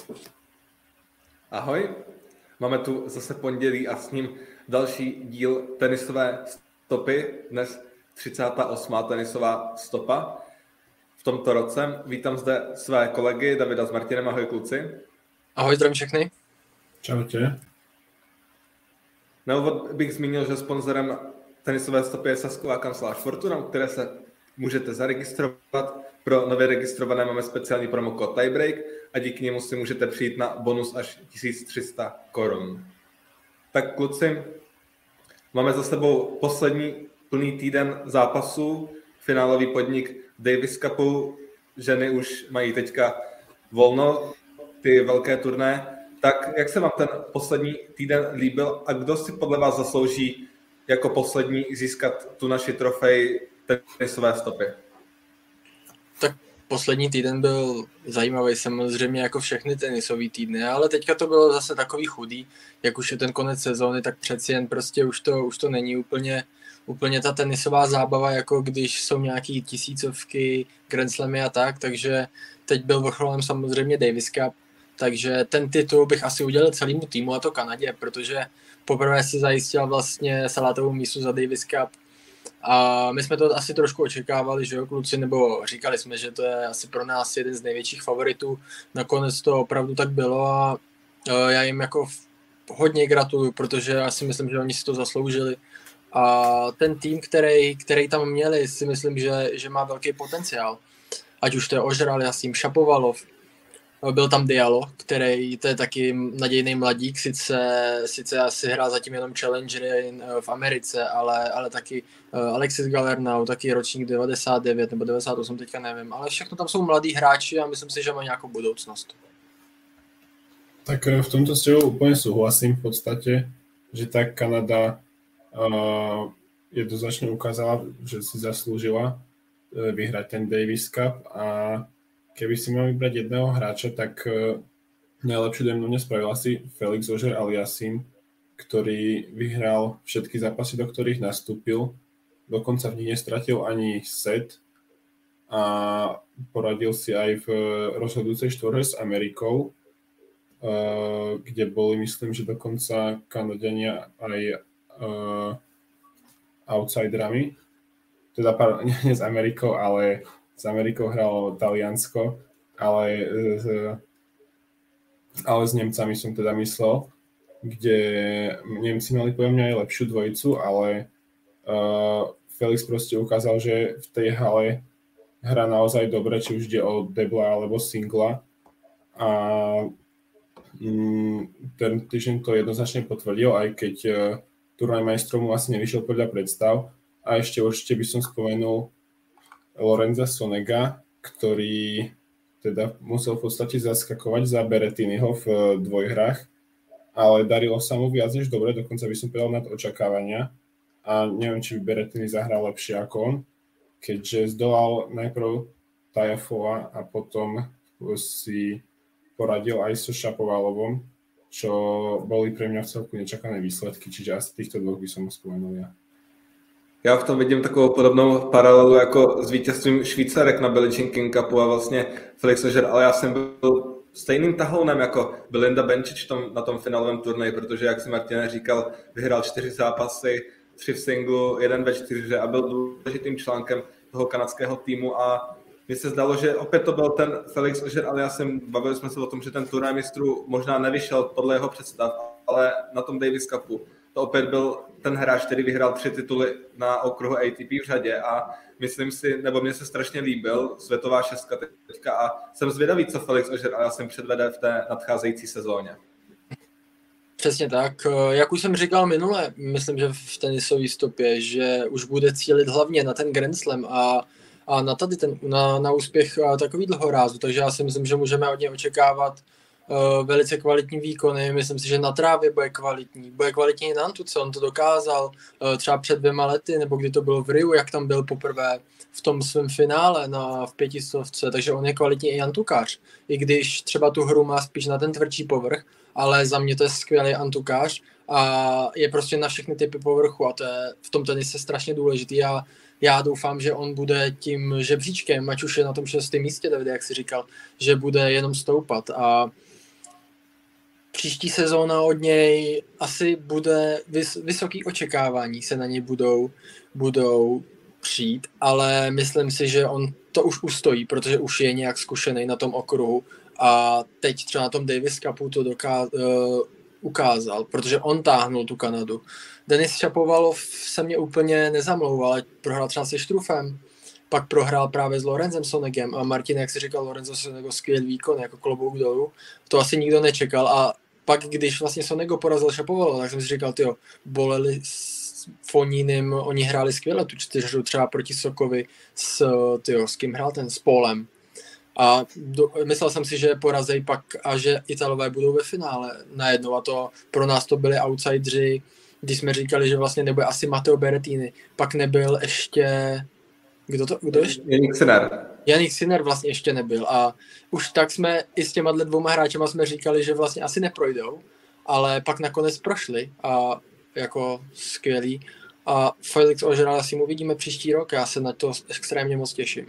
Ahoj, máme tu zase pondělí a s ním další díl tenisové stopy, dnes 38. tenisová stopa v tomto roce. Vítám zde své kolegy Davida s Martinem, ahoj kluci. Ahoj, zdravím všechny. Čaute. Na úvod bych zmínil, že sponzorem tenisové stopy je sasková kancelář Fortuna, u které se můžete zaregistrovat. Pro nově registrované máme speciální promokód Tiebreak a díky němu si můžete přijít na bonus až 1300 korun. Tak kluci, máme za sebou poslední plný týden zápasů, finálový podnik Davis Cupu, ženy už mají teďka volno, ty velké turné. Tak jak se vám ten poslední týden líbil a kdo si podle vás zaslouží jako poslední získat tu naši trofej tenisové stopy? Tak poslední týden byl zajímavý samozřejmě jako všechny tenisový týdny, ale teďka to bylo zase takový chudý, jak už je ten konec sezóny, tak přeci jen prostě už to není úplně ta tenisová zábava, jako když jsou nějaký tisícovky, Grand Slamy a tak, takže teď byl vrcholem samozřejmě Davis Cup, takže ten titul bych asi udělal celému týmu, a to Kanadě, protože poprvé si zajistil vlastně salátovou místu za Davis Cup. A my jsme to asi trošku očekávali, že jo, kluci, nebo říkali jsme, že to je asi pro nás jeden z největších favoritů. Nakonec to opravdu tak bylo a já jim jako hodně gratuluju, protože já si myslím, že oni si to zasloužili. A ten tým, který tam měli, si myslím, že má velký potenciál. Ať už to je Ožral, Jasím, Šapovalov, byl tam Diallo, který to je taky nadějný mladík, sice asi hrá zatím jenom Challengery v Americe, ale taky Alexis Galernau, taky ročník 99 nebo 98, teďka nevím, ale všechno tam jsou mladí hráči a myslím si, že mají nějakou budoucnost. Tak v tomto s tebou úplne súhlasím v podstate, že tak Kanada jednoznačne ukázala, že si zaslúžila vyhrať ten Davis Cup a keby si mal vybrať jedného hráča, tak najlepšiu do mňa spravil asi Felix Auger-Aliassime, ktorý vyhral všetky zápasy, do ktorých nastúpil. Dokonca v nich nestratil ani set a poradil si aj v rozhodujúcej štvorhre s Amerikou, kde boli, myslím, že dokonca Kanadiania aj outsiderami. Teda nie s Amerikou, ale s Amerikou hralo Taliansko, ale s Nemcami som teda myslel, kde Nemci mali podľa mňa aj lepšiu dvojicu, ale Felix proste ukázal, že v tej hale hrá naozaj dobre, či už ide o debla alebo singla. A ten týždeň to jednoznačne potvrdil, aj keď turnaj majstrov mu asi nevyšiel podľa predstav. A ešte určite by som spomenul Lorenza Sonega, ktorý teda musel v podstate zaskakovať za Berrettiniho v dvojhrách, ale darilo sa mu viac než dobre, dokonca by som povedal nad očakávania a neviem, či by Berrettini zahral lepšie ako on, keďže zdolal najprv Tajafova a potom si poradil aj so Šapovalovom, čo boli pre mňa v celku nečakané výsledky, čiže asi týchto dvoch by som spomenul ja. Já v tom vidím takovou podobnou paralelu jako s vítězstvím Švýcarek na Billie Jean King Cupu a vlastně Felix Auger, ale já jsem byl stejným tahounem jako Belinda Bencic na tom finálovém turnaji, protože, jak si Martin říkal, vyhrál 4 zápasy, 3 v singlu, 1 ve 4 a byl důležitým článkem toho kanadského týmu a mně se zdalo, že opět to byl ten Felix Auger, ale bavili jsme se o tom, že ten turnaj mistrů možná nevyšel podle jeho představ, ale na tom Davis Cupu to opět byl ten hráč, který vyhrál 3 tituly na okruhu ATP v řadě a myslím si, nebo mně se strašně líbil, světová šestka teďka a jsem zvědavý, co Felix Auger-Aliassime předvede v té nadcházející sezóně. Přesně tak. Jak už jsem říkal minule, myslím, že v tenisové stopě, že už bude cílit hlavně na ten Grand Slam a na úspěch takový dlhorázu, takže já si myslím, že můžeme od něj očekávat velice kvalitní výkony, myslím si, že na trávě bude kvalitní i na Antuce, on to dokázal třeba před 2 lety, nebo kdy to bylo v Riu, jak tam byl poprvé v tom svém finále v 500, takže on je kvalitní i antukář, i když třeba tu hru má spíš na ten tvrdší povrch, ale za mě to je skvělý antukář a je prostě na všechny typy povrchu a to je v tom tenise strašně důležitý a já doufám, že on bude tím žebříčkem, ať už je na tom 6. místě, David, jak jsi říkal, že bude jenom stoupat a příští sezóna od něj asi bude vysoký očekávání se na něj budou přijít, ale myslím si, že on to už ustojí, protože už je nějak zkušený na tom okruhu a teď třeba na tom Davis Cupu to ukázal, protože on táhnul tu Kanadu. Denis Šapovalov se mě úplně nezamlouval, prohrál třeba se Štrufem, pak prohrál právě s Lorenzem Sonegem a Martin, jak si říkal, Lorenzo Sonego skvělý výkon, jako klobouk dolů, to asi nikdo nečekal a pak, když vlastně Sonego porazil Šapovalova, tak jsem si říkal, tyjo, Boleli s Foninem, oni hráli skvěle tu čtyřhru třeba proti Sokovi s kým hrál ten, s Polem. A myslel jsem si, že porazej pak a že Italové budou ve finále najednou a to pro nás to byli outsideri, když jsme říkali, že vlastně nebude asi Matteo Berrettini, pak nebyl ještě kdo ještě? Jannik Sinner vlastně ještě nebyl a už tak jsme i s těma dvěma hráčema jsme říkali, že vlastně asi neprojdou, ale pak nakonec prošli a jako skvělý a Felix Auger asi mu vidíme příští rok, já se na to extrémně moc těším.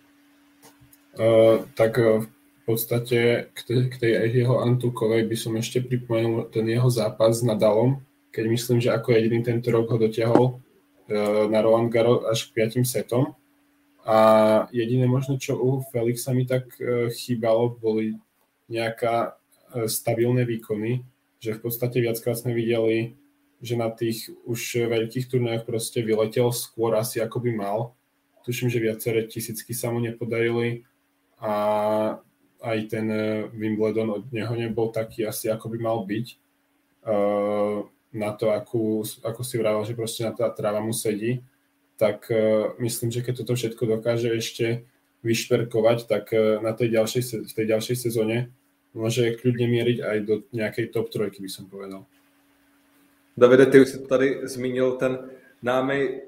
Tak v podstate k tej jeho Antukovej by som ešte pripomenul ten jeho zápas s Nadalom, keď myslím, že ako jediný tento rok ho dotiahol na Roland Garros až k 5 setom. A jediné možno, čo u Felixa mi tak chýbalo, boli nejaká stabilné výkony, že v podstate viackrát sme videli, že na tých už veľkých turnajoch proste vyletel skôr asi ako by mal. Tuším, že viaceré tisícky sa mu nepodarili a aj ten Wimbledon od neho nebol taký asi ako by mal byť. Na to, ako si vravel, že proste na tá tráva mu sedí, tak myslím, že keď toto všetko dokáže ešte vyšperkovať, tak v tej ďalšej sezóne môže kľudne mieriť aj do nejakej top trojky, by som povedal. Davide, ty už si tady zmínil ten námi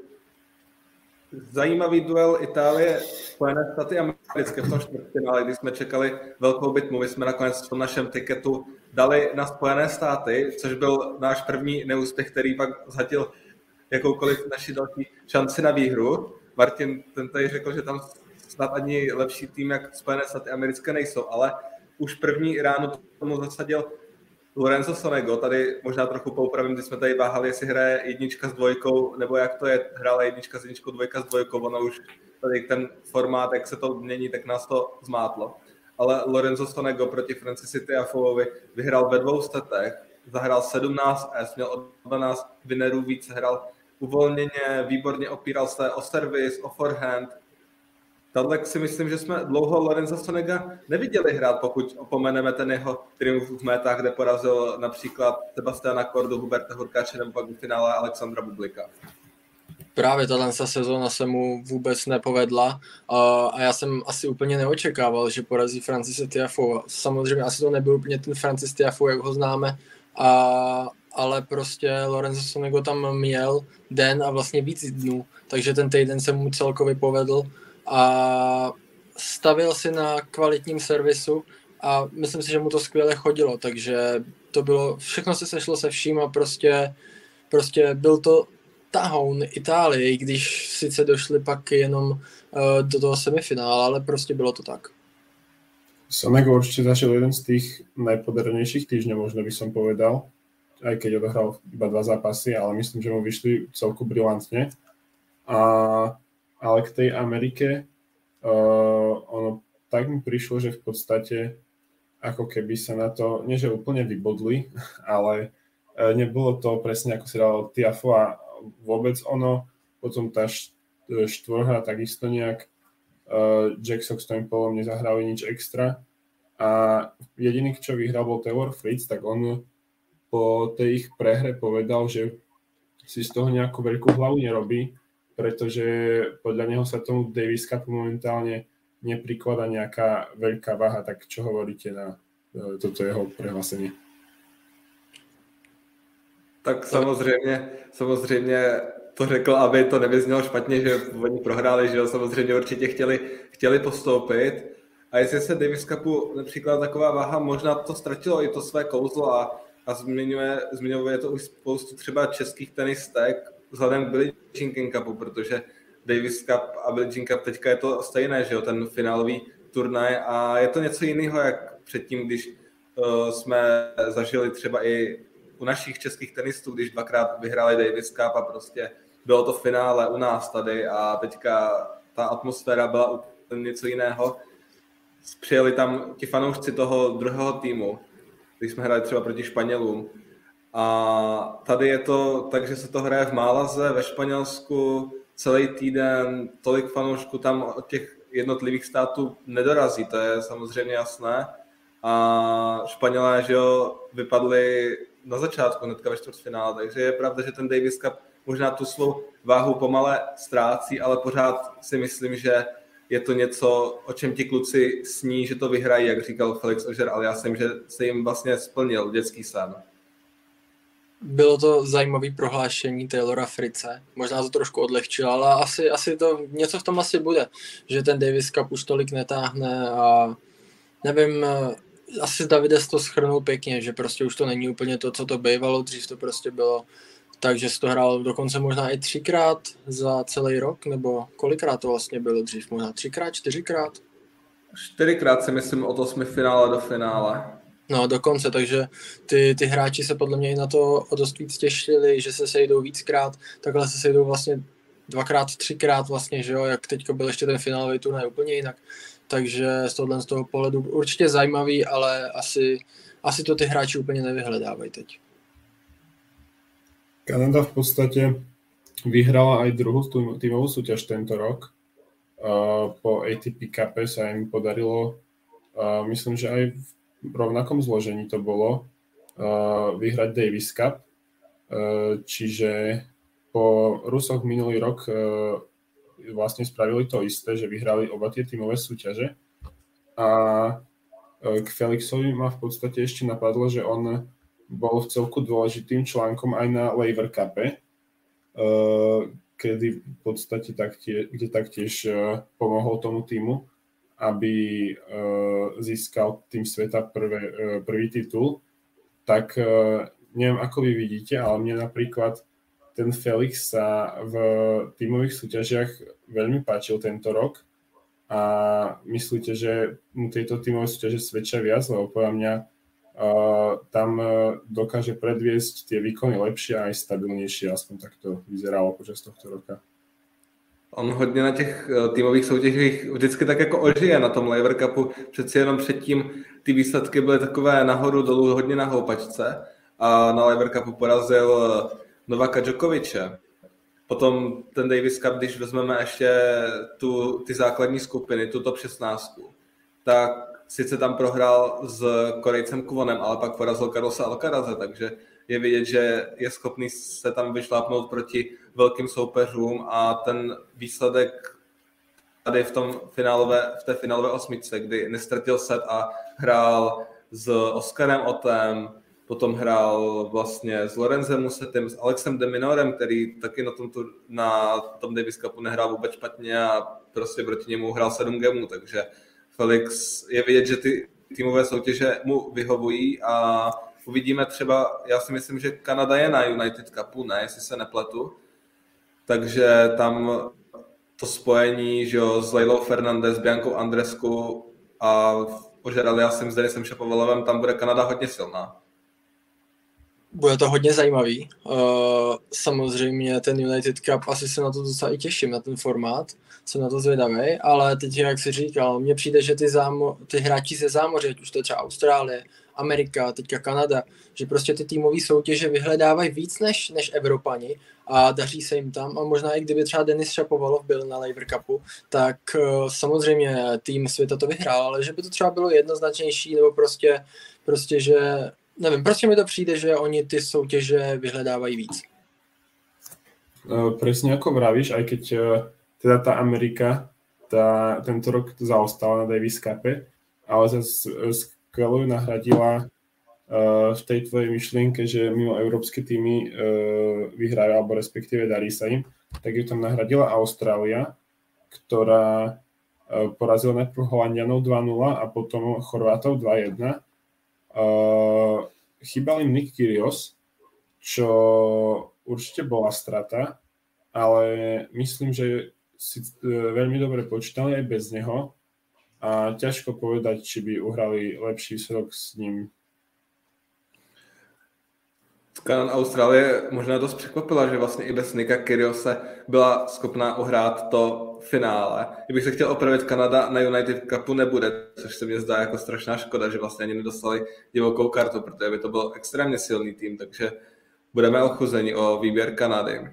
zajímavý duel Itálie, Spojené státy americké v tom čtvrtfinále, když jsme čekali velkou bitvu. My jsme nakonec v tom našem tiketu dali na Spojené státy, což byl náš první neúspěch, který pak zhatil jakoukoliv naši další šanci na výhru. Martin ten tady řekl, že tam snad ani lepší tým, jak Spojené státy americké nejsou, ale už první ráno tomu zasadil Lorenzo Sonego, tady možná trochu poupravím, když jsme tady váhali, jestli hraje jednička s dvojkou, nebo jak to je, hrála jednička s jedničkou, dvojka s dvojkou, ono už tady ten formát, jak se to mění, tak nás to zmátlo. Ale Lorenzo Sonego proti Francisi Tiafoeovi vyhrál ve 2 setech, zahrál 17 S, měl o 12 winnerů víc, hrál uvolněně, výborně opíral se o servis, o forehand. Tato si myslím, že jsme dlouho Lorenza Sonega neviděli hrát, pokud opomeneme ten jeho triumf v métách, kde porazil například Sebastiana Kordu, Huberta Hurkacze nebo pak v finále Alexandra Bublika. Právě tato sezóna se mu vůbec nepovedla a já jsem asi úplně neočekával, že porazí Francise Tiafoe. Samozřejmě asi to nebyl úplně ten Francis Tiafoe, jak ho známe, ale prostě Lorenzo Sonego tam měl den a vlastně víc dnů, takže ten týden se mu celkově povedl a stavil si na kvalitním servisu a myslím si, že mu to skvěle chodilo, takže to bylo, všechno se sešlo se vším a prostě byl to tahoun Itálie, když sice došli pak jenom do toho semifinále, ale prostě bylo to tak. Sonego určite zažil jeden z tých najpodarenejších týždňov, možno by som povedal, aj keď odohral iba 2 zápasy, ale myslím, že mu vyšli celku brilantne. Ale k tej Amerike ono tak mi prišlo, že v podstate ako keby sa na to, nie že úplne vybodli, ale nebolo to presne ako si dal Tiafoe a vôbec ono, potom tá štvorhra takisto nejak Jack Sock s Tommy Paulom nezahrali nič extra a jediný, čo vyhral, bol Taylor Fritz, tak on po tej ich prehre povedal, že si z toho nejakú veľkú hlavu nerobí, pretože podľa neho sa tomu Davis Cupu momentálne neprikladá nejaká veľká váha, tak čo hovoríte na toto jeho prehlásenie? Tak samozřejmě to řekl, aby to nevyznělo špatně, že oni prohráli, že jo, samozřejmě určitě chtěli postoupit. A jestli se Davis Cupu například taková váha, možná to ztratilo i to své kouzlo a zmiňuje to už spoustu třeba českých tenistek vzhledem k Billie Jean King Cupu, protože Davis Cup a Billie Jean Cup teďka je to stejné, že jo, ten finálový turnaj a je to něco jiného, jak předtím, když jsme zažili třeba i u našich českých tenistů, když dvakrát vyhráli Davis Cup a prostě bylo to finále u nás tady a teďka ta atmosféra byla úplně něco jiného. Přijeli tam ti fanoušci toho druhého týmu, když jsme hráli třeba proti Španělům. A tady je to tak, že se to hraje v Málaze, ve Španělsku, celý týden, tolik fanoušků tam od těch jednotlivých států nedorazí, to je samozřejmě jasné. A Španělé, že jo, vypadli na začátku, hnedka ve čtvrtfinále, takže je pravda, že ten Davis Cup možná tu svou váhu pomale ztrácí, ale pořád si myslím, že je to něco, o čem ti kluci sní, že to vyhrají, jak říkal Felix Auger, ale já jsem, že se jim vlastně splnil dětský sen. Bylo to zajímavé prohlášení Taylora Fritze. Možná to trošku odlehčilo, ale asi to něco v tom asi bude, že ten Davis Cup už tolik netáhne a nevím, asi Davides to shrnul pěkně, že prostě už to není úplně to, co to bývalo, dřív to prostě bylo tak, že jsi to hrál dokonce možná i 3krát za celý rok, nebo kolikrát to vlastně bylo dřív, možná 3krát, 4krát? 4krát si myslím od 8 finále do finále. No dokonce, takže ty hráči se podle mě i na to o dost víc těšili, že se sejdou víckrát, takhle se sejdou vlastně 2krát, 3krát vlastně, že jo, jak teďka byl ještě ten finálový turnaj úplně jinak. Takže z toho pohledu určitě zajímavý, ale asi to ty hráči úplně nevyhledávají teď. Kanada v podstate vyhrala aj druhú tímovú súťaž tento rok. Po ATP Cupe sa im podarilo, myslím, že aj v rovnakom zložení to bolo, vyhrať Davis Cup. Čiže po Rusoch minulý rok vlastne spravili to isté, že vyhrali oba tie tímové súťaže. A k Felixovi ma v podstate ešte napadlo, že on bol v celku dôležitým článkom aj na Laver Cupe, kedy v podstate taktiež pomohol tomu týmu, aby získal tým sveta prvý titul. Tak neviem, ako vy vidíte, ale mne napríklad ten Felix sa v tímových súťažiach veľmi páčil tento rok a myslíte, že mu tieto tímové súťaže svedčia viac, lebo podľa mňa tam dokáže predviesť tie výkony lepšie a aj stabilnejšie, aspoň tak to vyzeralo počas tohto roka. On hodně na těch týmových soutěžích vždycky tak jako ožije na tom Laver Cupu. Přeci jenom předtím ty výsledky byly takové nahoru dolů, hodně na houpačce a na Laver Cupu porazil Novaka Djokoviče. Potom ten Davis Cup, když vezmeme ještě ty základní skupiny, tu top 16, tak sice tam prohrál s Korejcem Kvonem, ale pak porazil Carlosa Alcaraze, takže je vidět, že je schopný se tam vyšlápnout proti velkým soupeřům a ten výsledek tady v té finálové osmičce, kdy nestratil set a hrál s Oskarem Otem, potom hrál vlastně s Lorenzem Musetem, s Alexem de Minorem, který taky na tom Davis Cupu nehrál vůbec špatně a prostě proti němu hrál 7 gemů, takže Felix je vidět, že ty týmové soutěže mu vyhovují a uvidíme třeba, já si myslím, že Kanada je na United Cupu, ne, jestli se nepletu, takže tam to spojení, že jo, s Leilou Fernandez, Biancou Andrescu a Auger Aliassem s Denisem Šapovalovem, tam bude Kanada hodně silná. Bude to hodně zajímavý. Samozřejmě ten United Cup, asi se na to docela i těším, na ten formát. Jsem na to zvědavý, ale teď, jak jsi říkal, mně přijde, že ty hráči ze zámoří, ať už to je třeba Austrálie, Amerika, teďka Kanada, že prostě ty týmové soutěže vyhledávají víc než Evropani a daří se jim tam a možná i kdyby třeba Denis Šapovalov byl na Laver Cupu, tak samozřejmě tým světa to vyhrál, ale že by to třeba bylo jednoznačnější nebo prostě že nevím, prostě mi to přijde, že oni ty soutěže vyhledávají víc. Presne ako vravíš, aj keď teda tá Amerika tento rok zaostala na Davis Cupe, ale zase skvelo ju nahradila v tej tvojej myšlienke, že mimo európske týmy vyhrajú, alebo respektíve darí sa im, tak ju tam nahradila Austrália, ktorá porazila najprv Holandianov 2-0 a potom Chorvátov 2-1. Chýbal im Nick Kyrgios, čo určite bola strata, ale myslím, že si veľmi dobre počítali aj bez neho a ťažko povedať, či by uhrali lepší výsledok s ním Austrálie možná dost překvapila, že vlastně i bez Nicka Kyrgiose byla schopná uhrát to finále. Kdybych se chtěl opravit, Kanada na United Cupu nebude, což se mi zdá jako strašná škoda, že vlastně ani nedostali divokou kartu, protože by to byl extrémně silný tým, takže budeme ochuzeni o výběr Kanady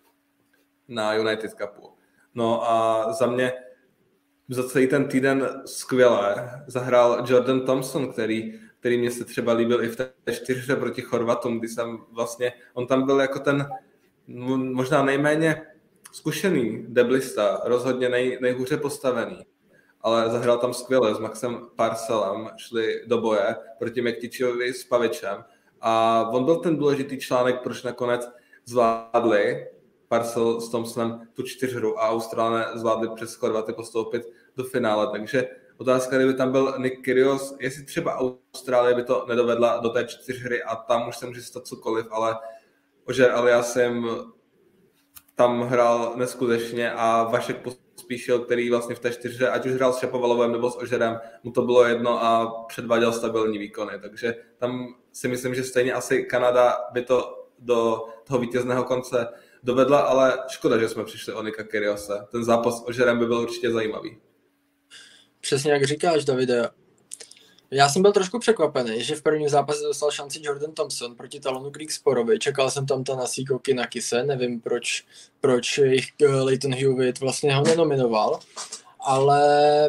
na United Cupu. No a za mě za celý ten týden skvěle zahrál Jordan Thompson, který mě se třeba líbil i v té 4 proti Chorvatům, kdy jsem vlastně, on tam byl jako ten možná nejméně zkušený deblista, rozhodně nejhůře postavený, ale zahrál tam skvěle s Maxem Parcelem, šli do boje proti Mektičovi s Pavičem a on byl ten důležitý článek, proč nakonec zvládli Parcel s Thompsonem tu 4 a Austraляне zvládli přes Chorvaty postoupit do finále, takže otázka, kdyby tam byl Nick Kyrgios, jestli třeba Austrálie by to nedovedla do té 4 a tam už se může stát cokoliv, ale Ožer Aliasim tam hrál neskutečně a Vašek Pospíšil, který vlastně v té 4, ať už hrál s Šapovalovem nebo s Ožerem, mu to bylo jedno a předváděl stabilní výkony, takže tam si myslím, že stejně asi Kanada by to do toho vítězného konce dovedla, ale škoda, že jsme přišli o Nicka Kyrgiose. Ten zápas s Ožerem by byl určitě zajímavý. Přesně jak říkáš, Davide. Já jsem byl trošku překvapený, že v prvním zápase dostal šanci Jordan Thompson proti Talonu Griegspoorovi. Čekal jsem tam Thanasi Kokkinakise, nevím proč jejich Leighton Hewitt vlastně ho nenominoval, ale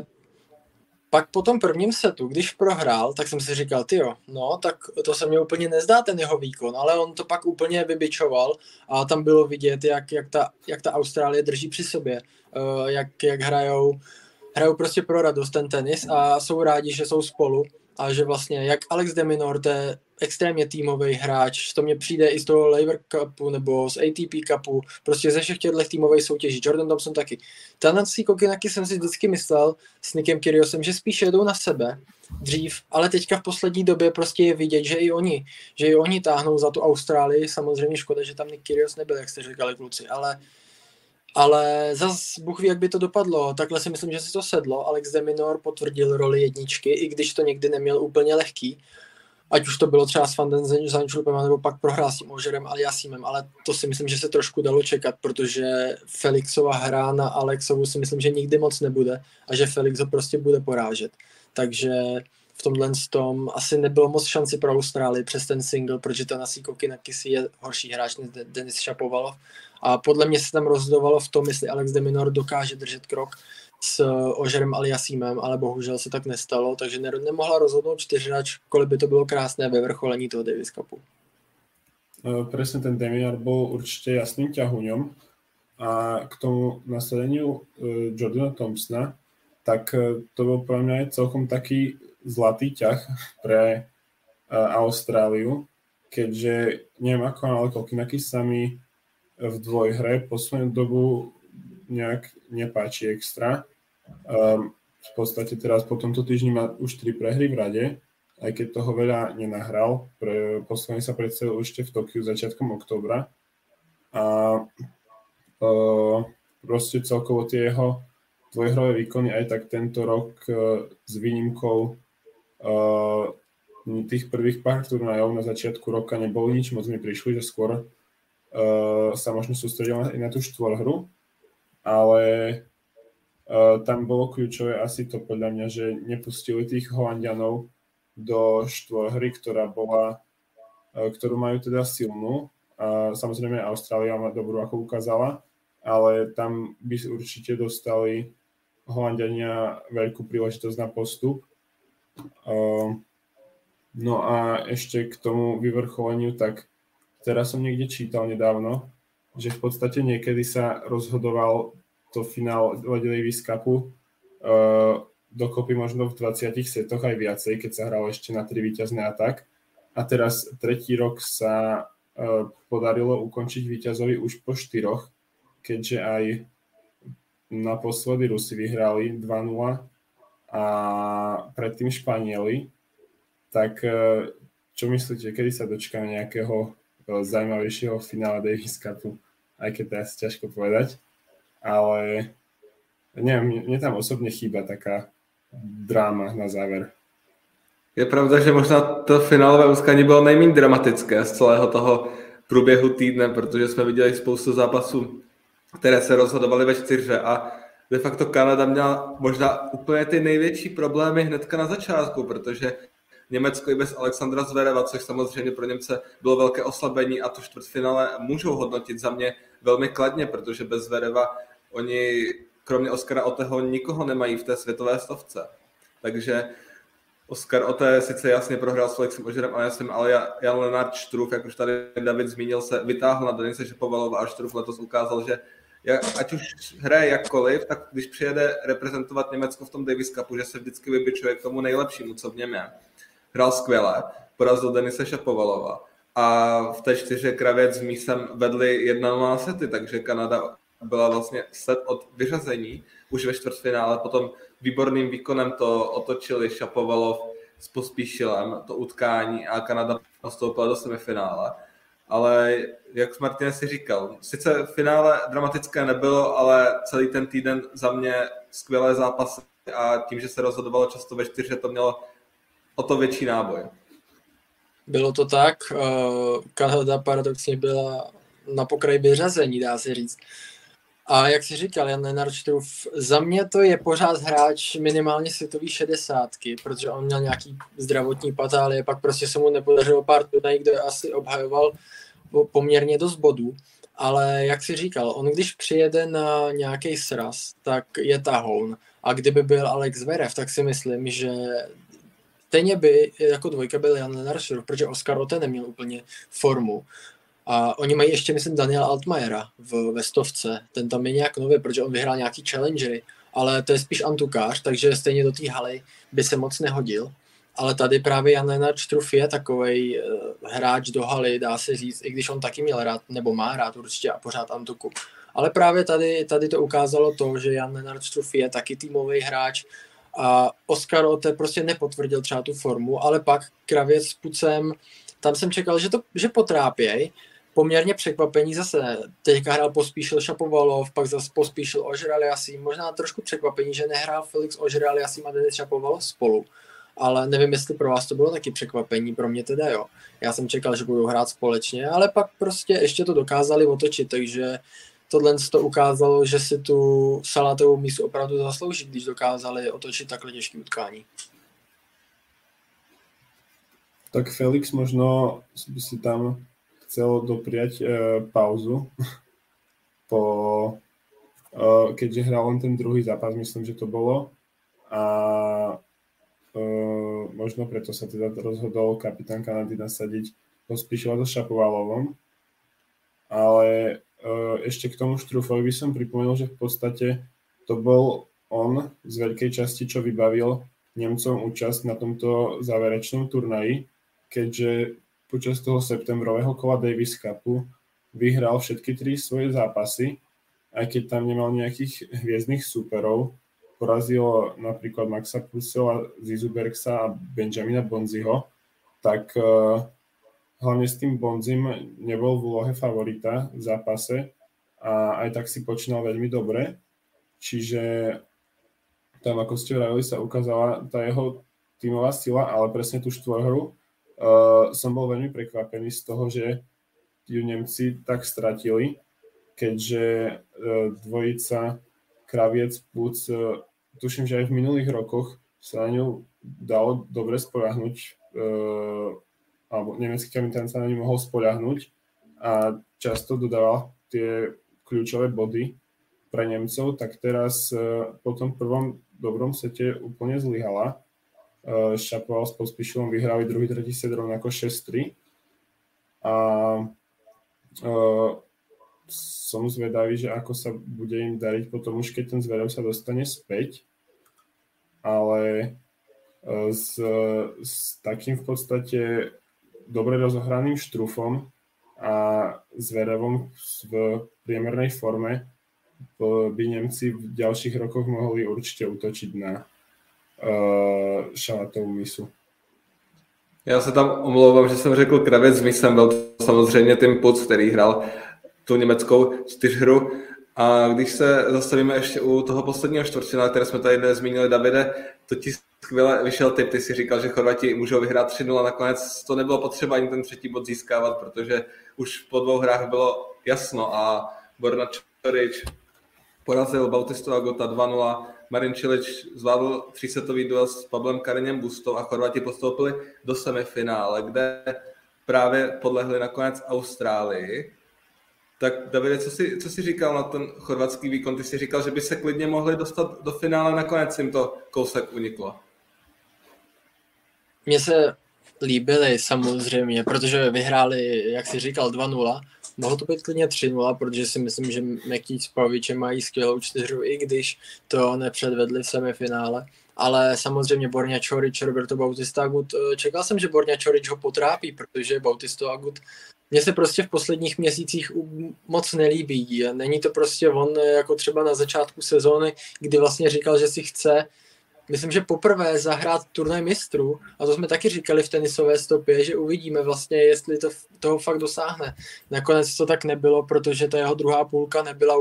pak po tom prvním setu, když prohrál, tak jsem si říkal, tyjo, no, tak to se mně úplně nezdá ten jeho výkon, ale on to pak úplně vybičoval a tam bylo vidět, jak ta Austrálie drží při sobě, jak hrajou prostě pro radost ten tenis a jsou rádi, že jsou spolu a že vlastně jak Alex de Minaur, to je extrémně týmový hráč, to mně přijde i z toho Laver Cupu nebo z ATP Cupu, prostě ze všech těchto týmových soutěží, Jordan Thompson taky. Thanasi Kokkinakis jsem si vždycky myslel s Nickem Kyrgiosem, že spíš jedou na sebe dřív, ale teďka v poslední době prostě je vidět, že i oni táhnou za tu Austrálii, samozřejmě škoda, že tam Nick Kyrgios nebyl, jak jste říkali kluci, ale zas Bůh ví, jak by to dopadlo. Takhle si myslím, že si to sedlo. Alex de Minaur potvrdil roli jedničky, i když to někdy neměl úplně lehký. Ať už to bylo třeba s Van den Zandschulpem, nebo pak prohrál s tím Ožerem Aliasimem, ale to si myslím, že se trošku dalo čekat, protože Felixova hra na Alexovu si myslím, že nikdy moc nebude a že Felix ho prostě bude porážet. Takže v tomhle tom asi nebylo moc šanci pro Austrálii přes ten single, protože Thanasi Kokkinakis je horší hráč než Denis Shapovalov. A podle mě se tam rozhodovalo v tom, jestli Alex de Minaur dokáže držet krok s Ožerem Aliasimem, ale bohužel se tak nestalo, takže nemohla rozhodnout 4, kolik by to bylo krásné ve vrcholení toho Davis Cupu. Presne ten de Minaur bol určite jasným ťahuňom a k tomu nasledeniu Jordana Thompsona, tak to bol pre mňa aj celkom taký zlatý ťah pre Austráliu, keďže neviem ako, ale Kokkinakis sa mi v dvojhre poslednú dobu nejak nepáči extra. V podstate teraz po tomto týždni má už 3 prehry v rade, aj keď toho veľa nenahral. Posledne sa predstavil ešte v Tokiu začiatkom októbra. A proste celkovo tie jeho dvojhrové výkony aj tak tento rok s výnimkou tých prvých pár turnajov na začiatku roka nebolo nič, moc mi prišli, že skôr sa možno sústredil na tú štvorhru, ale tam bolo kľúčové asi to podľa mňa, že nepustili tých Holandianov do štvorhry, ktorú majú teda silnú. A samozrejme Austrália má dobrú, ako ukázala, ale tam by určite dostali Holandiania veľkú príležitosť na postup. No a ešte k tomu vyvrcholeniu, tak teraz som niekde čítal nedávno, že v podstate niekedy sa rozhodoval to finále Davis Cupu dokopy možno v 20 setoch aj viacej, keď sa hralo ešte na 3 víťazné a tak. A teraz tretí rok sa podarilo ukončiť víťazovi už po 4, keďže aj naposledy Rusi vyhrali 2-0 a predtým Španieli. Tak čo myslíte, kedy sa dočkáme nejakého zaujímavejšieho finále Davis Cupu, aj keď to je asi ťažko povedať, ale neviem, mne tam osobne chýba taká dráma na záver. Je pravda, že možná to finálové utkání bylo nejméně dramatické z celého toho průběhu týdne, protože jsme viděli spoustu zápasů, které se rozhodovaly ve 4 a de facto Kanada měla možná úplně ty největší problémy hnedka na začátku, protože Německo i bez Alexandra Zvereva, což samozřejmě pro Němce bylo velké oslabení a to čtvrtfinále můžou hodnotit za mě velmi kladně, protože bez Zvereva oni kromě Oskara Oteho nikoho nemají v té světové stovce. Takže Oskar Ote sice jasně prohrál s Felixem Ožerem, ale Jan Lennart Struff, jak už tady David zmínil, se vytáhl na Denise Šapovalova a Struff letos ukázal, že ať už hraje jakkoliv, tak když přijede reprezentovat Německo v tom Davis Cupu, že se vždycky vybičuje k tomu nejlepšímu, co v něm je. Hrál skvěle, porazil Denise Šapovalova a v té 4 Kravěc s Mísem vedli 1-0 na sety, takže Kanada byla vlastně set od vyřazení už ve čtvrtfinále, potom výborným výkonem to otočili Šapovalov s Pospíšilem, to utkání a Kanada postoupila do semifinále. Ale jak Martin si říkal, sice finále dramatické nebylo, ale celý ten týden za mě skvělé zápasy a tím, že se rozhodovalo často ve 4, to mělo o to větší náboj. Bylo to tak, Kanada paradoxně byla na pokraji vyřazení, dá se říct. A jak jsi říkal, Jan Lennart Struff, za mě to je pořád hráč minimálně světový 60, protože on měl nějaký zdravotní patálie, pak prostě se mu nepodařilo pár turnají, kde asi obhajoval poměrně dost bodů. Ale jak jsi říkal, on když přijede na nějaký sraz, tak je tahoun. A kdyby byl Alex Zverev, tak si myslím, že stejně by jako dvojka byl Jan Lennart Struff, protože Oskar Ote neměl úplně formu. A oni mají ještě, myslím, Daniela Altmajera ve stovce. Ten tam je nějak nový, protože on vyhrál nějaký challengery, ale to je spíš antukář, takže stejně do té haly by se moc nehodil. Ale tady právě Jan Lennart Struff je takovej hráč do haly, dá se říct, i když on taky měl rád, nebo má rád určitě a pořád antuku. Ale právě tady to ukázalo to, že Jan Lennart Struff je taky týmový hráč a Oskar Ote prostě nepotvrdil třeba tu formu, ale pak Kravěc s Pucem, tam jsem čekal, že potrápěj. Poměrně překvapení zase. Teďka hrál Pospíšil Šapovalov, pak zase Pospíšil Ožer-Aliassime. Možná trošku překvapení, že nehrál Felix Ožer-Aliassime a Denis Šapovalov spolu. Ale nevím, jestli pro vás to bylo taky překvapení, pro mě teda jo. Já jsem čekal, že budou hrát společně, ale pak prostě ještě to dokázali otočit, takže tohle to ukázalo, že si tu salátovou mísu opravdu zaslouží, když dokázali otočit takhle těžké utkání. Tak Felix možno by si tam chcel dopriať pauzu keďže hral len ten druhý zápas, myslím, že to bolo. A možno preto sa teda rozhodol kapitán Kanady nasadiť Pospíšila so Šapovalovom. Ale ešte k tomu Struffovi by som pripomenul, že v podstate to bol on z veľkej časti, čo vybavil Nemcom účasť na tomto záverečnom turnaji, keďže počas toho septembrového kola Davis Cupu vyhral všetky 3 svoje zápasy, aj keď tam nemal nejakých hviezdnych súperov. Porazil napríklad Maxa Purcella, Zizu Bergsa a Benjamina Bonziho, tak hlavne s tým Bonzim nebol v úlohe favorita v zápase a aj tak si počínal veľmi dobre. Čiže tam, ako ste vravili, sa ukázala tá jeho tímová sila, ale presne tú štvorhru som bol veľmi prekvapený z toho, že ju Nemci tak stratili, keďže dvojica Kraviec Puc, tuším, že aj v minulých rokoch sa na ňu dalo dobre spoľahnúť, alebo nemecký kapitán sa na ňu mohol spoľahnúť a často dodával tie kľúčové body pre Nemcov, tak teraz po tom prvom dobrom sete úplne zlyhala. Šapoval s Pospíšilom vyhrali druhý, tretí set rovnako 6-3 a som zvedavý, že ako sa bude im dariť potom už, keď ten Zverev sa dostane späť, ale s takým v podstate dobre rozohraným Struffom a Zverevom v priemernej forme by Nemci v ďalších rokoch mohli určite útočiť na šalatovou misu. Já se tam omlouvám, že jsem řekl Kravěc s Misem, byl to samozřejmě Tim Puc, který hrál tu německou 4hru. A když se zastavíme ještě u toho posledního čtvrtfinále, které jsme tady nezmínili, Davide, to ti skvěle vyšel tip, ty si říkal, že Chorvati můžou vyhrát 3-0, nakonec to nebylo potřeba ani ten třetí bod získávat, protože už po 2 hrách bylo jasno a Borna Čorić porazil Bautistu Agota 2-0, Marin Čilić zvládl 3setový duel s Pablem Carreñem Bustou a Chorvati postoupili do semifinále, kde právě podlehli nakonec Austrálii. Tak Davide, co jsi říkal na ten chorvatský výkon? Ty jsi říkal, že by se klidně mohli dostat do finále, nakonec jim to kousek uniklo. Mně se líbily samozřejmě, protože vyhráli, jak jsi říkal, 2-0. Mohlo to být klidně 3-0, protože si myslím, že Mekić s Pavičem mají skvělou 4, i když to nepředvedli v semifinále. Ale samozřejmě Borna Čorić, Roberto Bautista Agut. Čekal jsem, že Borna Čorić ho potrápí, protože Bautista Agut mně se prostě v posledních měsících moc nelíbí. Není to prostě on jako třeba na začátku sezóny, kdy vlastně říkal, že si chce, myslím, že poprvé zahrát turnaj mistrů, a to jsme taky říkali v tenisové stopě, že uvidíme vlastně, jestli toho fakt dosáhne. Nakonec to tak nebylo, protože ta jeho druhá půlka nebyla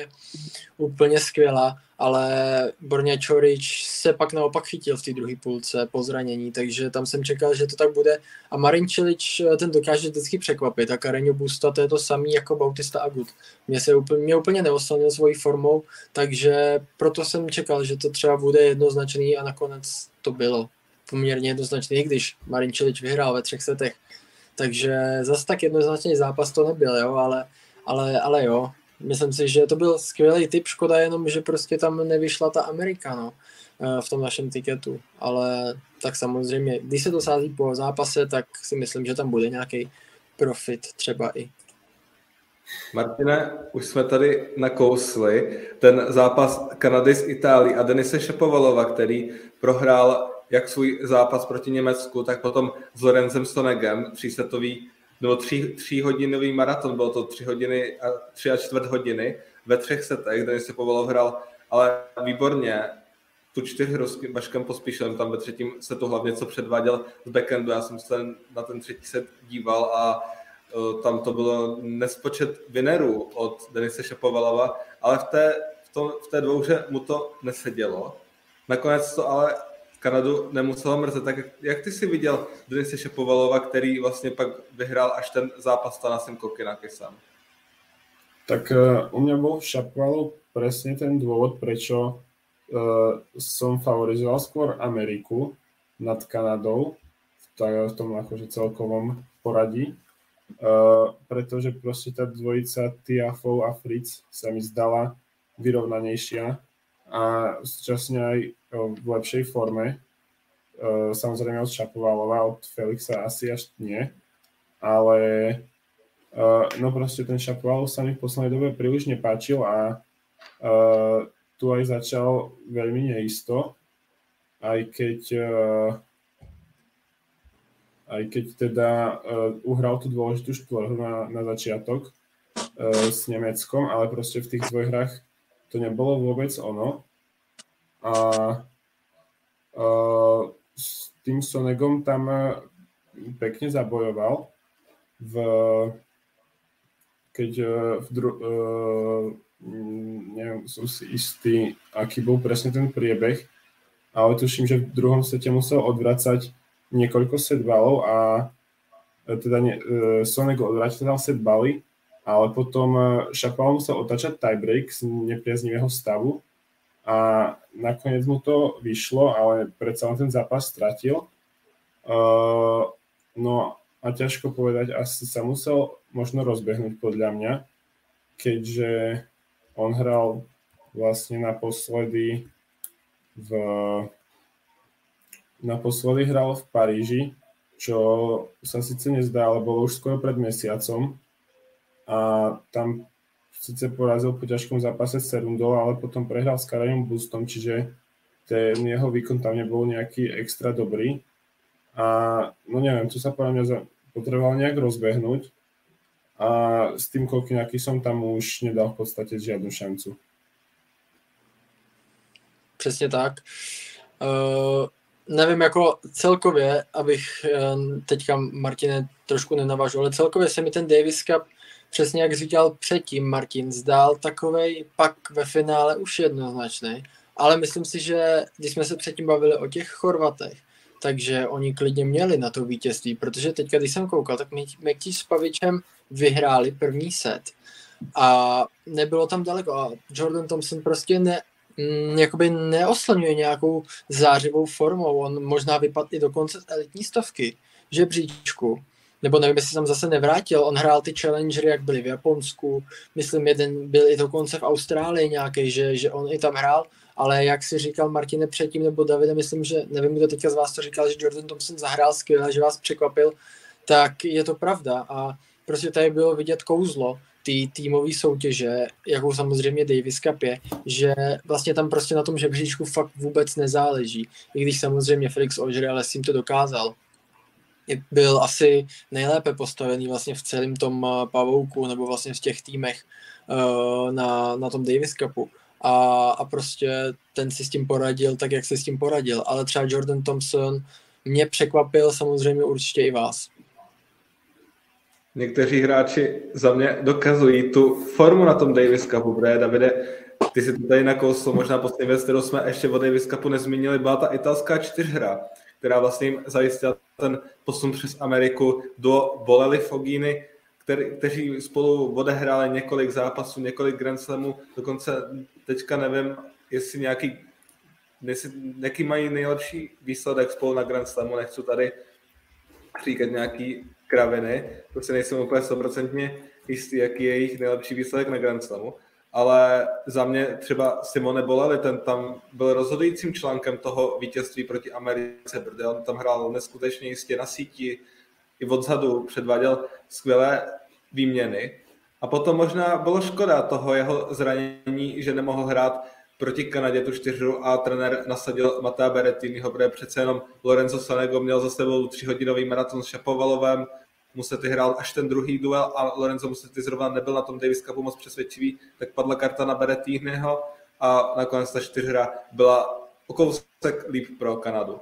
úplně skvělá, ale Borna Čorić se pak naopak chytil v té druhé půlce po zranění, takže tam jsem čekal, že to tak bude. A Marin Čilić, ten dokáže vždycky překvapit a Carreño Busta, to je to samý jako Bautista Agut. Mě úplně neoslnil svojí formou, takže proto jsem čekal, že to třeba bude jednoznačný a nakonec to bylo poměrně jednoznačný, když Marin Čilić vyhrál ve 3 setech. Takže zas tak jednoznačný zápas to nebyl, jo, ale jo. Myslím si, že to byl skvělý tip, škoda jenom, že prostě tam nevyšla ta Amerika, no, v tom našem tiketu, ale tak samozřejmě, když se to sází po zápase, tak si myslím, že tam bude nějaký profit třeba i. Martine, už jsme tady nakousli ten zápas Kanady s Itálií a Denise Shapovalova, který prohrál jak svůj zápas proti Německu, tak potom s Lorenzem Sonegem 3setový nebo 3hodinový maraton, bylo to 3 hodiny a 3,25 hodiny ve 3 setech, Denis Shapovalov hrál ale výborně tu 4 s Vaškem Pospíšilem, tam ve 3. setu hlavně co předváděl z backhandu, já jsem se na ten 3. set díval a tam to bylo nespočet winnerů od Denise Shapovalova, ale v té dvouhře mu to nesedělo. Nakonec to ale Kanadu nemuselo mrzet. Tak jak ty si viděl Denise Shapovalova, který vlastně pak vyhrál až ten zápas s Thanasim Kokkinakisem? Tak u mňa bol Shapovalov presne ten dôvod, prečo som favorizoval skôr Ameriku nad Kanadou v tom akože celkovom poradí. Pretože proste tá dvojica Tiafoe a Fritz sa mi zdala vyrovnanejšia a súčasne aj v lepšej forme. Samozrejme od Shapovalova, od Felixa asi až nie, ale no proste ten Shapovalov sa mi v poslednej dobe príliš nepáčil a tu aj začal veľmi neisto, aj keď teda uhral tú dôležitú štvorhru na začiatok s Nemeckom, ale proste v tých dvojhrách to nebolo vôbec ono. A s tým Sonegom tam pekne zabojoval, neviem, som si istý, aký bol presne ten priebeh, ale tuším, že v druhom sete musel odvracať niekoľko setbalov a teda Sonek odvracal setbaly, ale potom Shapovalov musel otáčať tiebreak z nepriaznivého stavu a nakoniec mu to vyšlo, ale predsa len ten zápas stratil. No a ťažko povedať, asi sa musel možno rozbehnúť podľa mňa, keďže on hral vlastne naposledy hral v Paríži, čo sa síce nezdá, ale bolo už skoro pred mesiacom a tam síce porazil po ťažkom zápase Cerundol, ale potom prehral s Carreñom Bustom, čiže ten jeho výkon tam nebol nejaký extra dobrý a no neviem, tu sa podľa mňa potreboval nejak rozbehnúť a s tým Kokkinakisom tam už nedal v podstate žiadnu šancu. Přesně tak. Nevím, jako celkově, abych teďka Martine trošku nenavažoval, ale celkově se mi ten Davis Cup, přesně jak říkal předtím Martin, zdál takovej pak ve finále už jednoznačný. ale myslím si, že když jsme se předtím bavili o těch Chorvatech, takže oni klidně měli na to vítězství, protože teďka, když jsem koukal, tak Mektiš s Pavičem vyhráli první set a nebylo tam daleko a Jordan Thompson prostě jakoby neoslňuje nějakou zářivou formou, on možná vypadl i dokonce z elitní stovky v žebříčku, nebo nevím, jestli tam zase nevrátil, on hrál ty challengery, jak byly v Japonsku, myslím, jeden byl i dokonce v Austrálii nějaký, že on i tam hrál, ale jak si říkal Martine předtím, nebo Davide, myslím, že nevím, kdo teďka z vás to říkal, že Jordan Thompson zahrál skvěle, že vás překvapil, tak je to pravda a prostě tady bylo vidět kouzlo ty týmové soutěže, jakou samozřejmě Davis Cup je, že vlastně tam prostě na tom žebříčku fakt vůbec nezáleží, i když samozřejmě Felix Auger s tím to dokázal. Byl asi nejlépe postavený vlastně v celém tom pavouku nebo vlastně v těch týmech na tom Davis Cupu. A prostě ten si s tím poradil tak, jak si s tím poradil. Ale třeba Jordan Thompson mě překvapil, samozřejmě určitě i vás. Někteří hráči za mě dokazují tu formu na tom Davis Cupu, protože Davide, ty si to tady nakousl, možná poslední věc, kterou jsme ještě o Davis Cupu nezmínili, byla ta italská čtyřhra, která vlastně jim zajistila ten posun přes Ameriku do Bolelli Foggini, kteří spolu odehráli několik zápasů, několik Grand Slamů, dokonce teďka nevím, jestli jaký mají nejlepší výsledek spolu na Grand Slamu, nechci tady říkat nějaký kraviny, protože nejsem úplně 100% jistý, jaký je jejich nejlepší výsledek na Grand Slamu, ale za mě třeba Simone Bolelli, ten tam byl rozhodujícím článkem toho vítězství proti Americe, protože on tam hrál neskutečně jistě na síti, i odzadu předváděl skvělé výměny. A potom možná bylo škoda toho jeho zranění, že nemohl hrát proti Kanadě tu čtyřhru a trenér nasadil Matea Berrettiniho, protože přece jenom Lorenzo Sonego měl za sebou 3hodinový maraton s Šapovalovem, Musetti hrál až ten druhý duel a Lorenzo Musetti zrovna nebyl na tom Davis Cupu moc přesvědčivý, tak padla karta na Berrettiniho a nakonec ta čtyřhra byla o kousek líp pro Kanadu.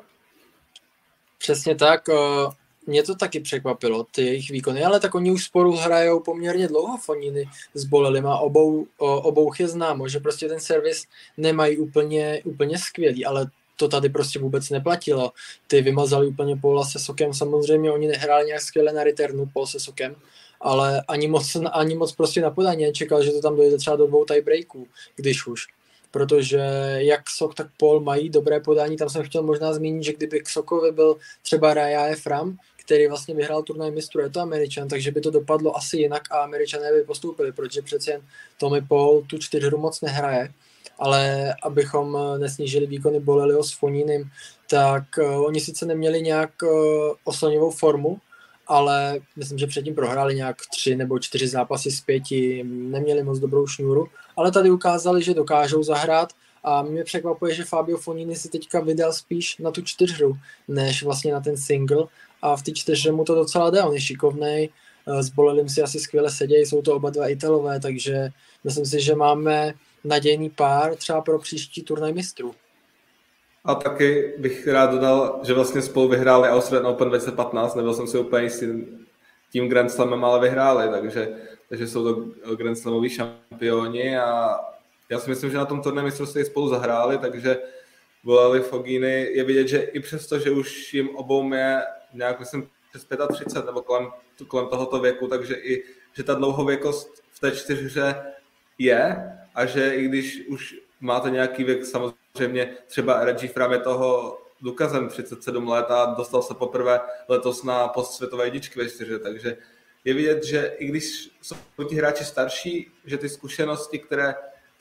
Přesně tak. Mě to taky překvapilo, ty jejich výkony, ale tak oni už spolu hrajou poměrně dlouho Fognini s Bolellim a obou je známo, že prostě ten servis nemají úplně skvělý, ale to tady prostě vůbec neplatilo. Ty vymazali úplně Paula se Sokem, samozřejmě oni nehráli nějak skvěle na returnu Paul se Sokem, ale ani moc prostě na podání nečekal, že to tam dojde třeba do 2 tiebreaků, když už. Protože jak Sok, tak Paul mají dobré podání, tam jsem chtěl možná zmínit, že kdyby k Sokovi byl třeba Raya Efram, který vlastně vyhrál turnaj mistrů, je to Američan, takže by to dopadlo asi jinak a Američané by postoupili, protože přece jen Tommy Paul tu čtyřhru moc nehraje, ale abychom nesnížili výkony Bolelliho s Fogninem, tak oni sice neměli nějak oslnivou formu, ale myslím, že předtím prohráli nějak 3 nebo 4 zápasy z 5, neměli moc dobrou šňůru, ale tady ukázali, že dokážou zahrát a mě překvapuje, že Fabio Fognini si teďka vydal spíš na tu čtyřhru, než vlastně na ten single a v té čtyřhře mu to docela jde, on je šikovnej, s Bolellim si asi skvěle sedějí, jsou to oba dva Italové, takže myslím si, že máme nadějný pár třeba pro příští turnaj mistrů. A taky bych rád dodal, že vlastně spolu vyhráli Australian Open 2015, nebyl jsem si úplně jistý tím Grand Slamem, ale vyhráli, takže jsou to Grand Slamoví šampioni a já si myslím, že na tom turnaji mistrovství spolu zahráli, takže Bolelli Foggini je vidět, že i přesto, že už jim obou je nějak, myslím, přes 35 nebo kolem tohoto věku, takže i že ta dlouhověkost v té čtyřhře je a že i když už máte nějaký věk, samozřejmě třeba Reggie Fram je toho důkazem, 37 let a dostal se poprvé letos na post světové jedničky ve čtyřhře, takže je vidět, že i když jsou ti hráči starší, že ty zkušenosti, které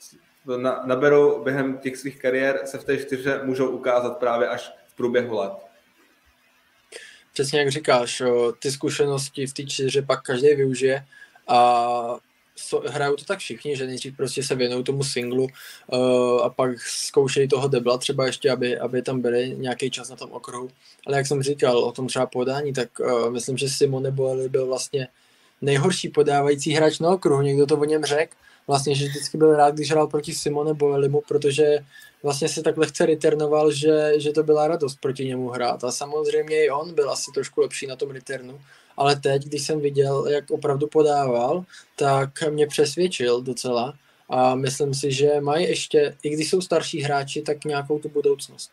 naberou během těch svých kariér, se v té čtyřhře můžou ukázat právě až v průběhu let. Přesně jak říkáš, ty zkušenosti v té čtyřhře pak každý využije a hrajou to tak všichni, že nejdřív prostě se věnují tomu singlu a pak zkoušejí toho debla třeba ještě, aby tam byli nějaký čas na tom okruhu. Ale jak jsem říkal o tom třeba podání, tak myslím, že Simone Bolelli byl vlastně nejhorší podávající hráč na okruhu. Někdo to o něm řekl, vlastně, že vždycky byl rád, když hrál proti Simone Bolellimu, protože vlastně si tak lehce returnoval, že to byla radost proti němu hrát. A samozřejmě i on byl asi trošku lepší na tom returnu. Ale teď, když jsem viděl, jak opravdu podával, tak mě přesvědčil docela a myslím si, že mají ještě, i když jsou starší hráči, tak nějakou tu budoucnost.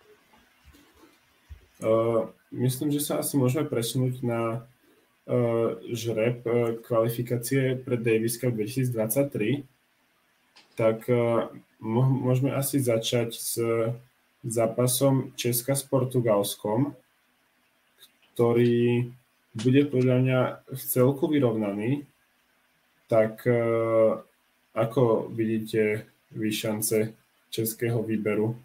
Myslím, že sa asi môžeme presunúť na žreb kvalifikácie pre Davis Cup 2023. Tak môžeme asi začať s zápasom Česka s Portugalskom, ktorý bude podľa mňa v celku vyrovnaný. Tak ako vidíte vy šance českého výberu?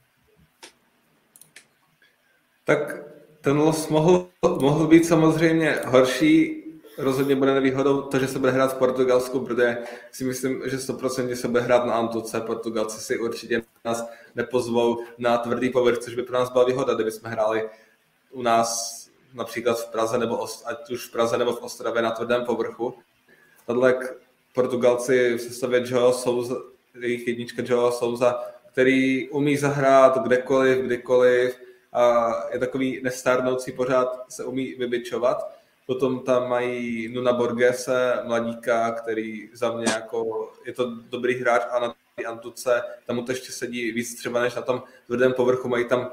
Tak ten los mohl být samozřejmě horší. Rozhodně bude nevýhodou to, že se bude hrát v Portugalsku, protože si myslím, že 100% se bude hrát na Antuce. Portugalci si určitě nás nepozvou na tvrdý povrch, což by pro nás byla výhoda, kdyby jsme hráli u nás například v Praze, nebo ať už v Praze nebo v Ostravě na tvrdém povrchu. Tadle Portugalci v sestavě João Sousa, jejich jednička João Sousa, který umí zahrát kdekoliv, kdykoliv, a je takový nestárnoucí, pořád se umí vybičovat. Potom tam mají Nuna Borgese, mladíka, který za mě jako je to dobrý hráč, a na té Antuce tam mu to ještě sedí víc třeba než na tom tvrdém povrchu. Mají tam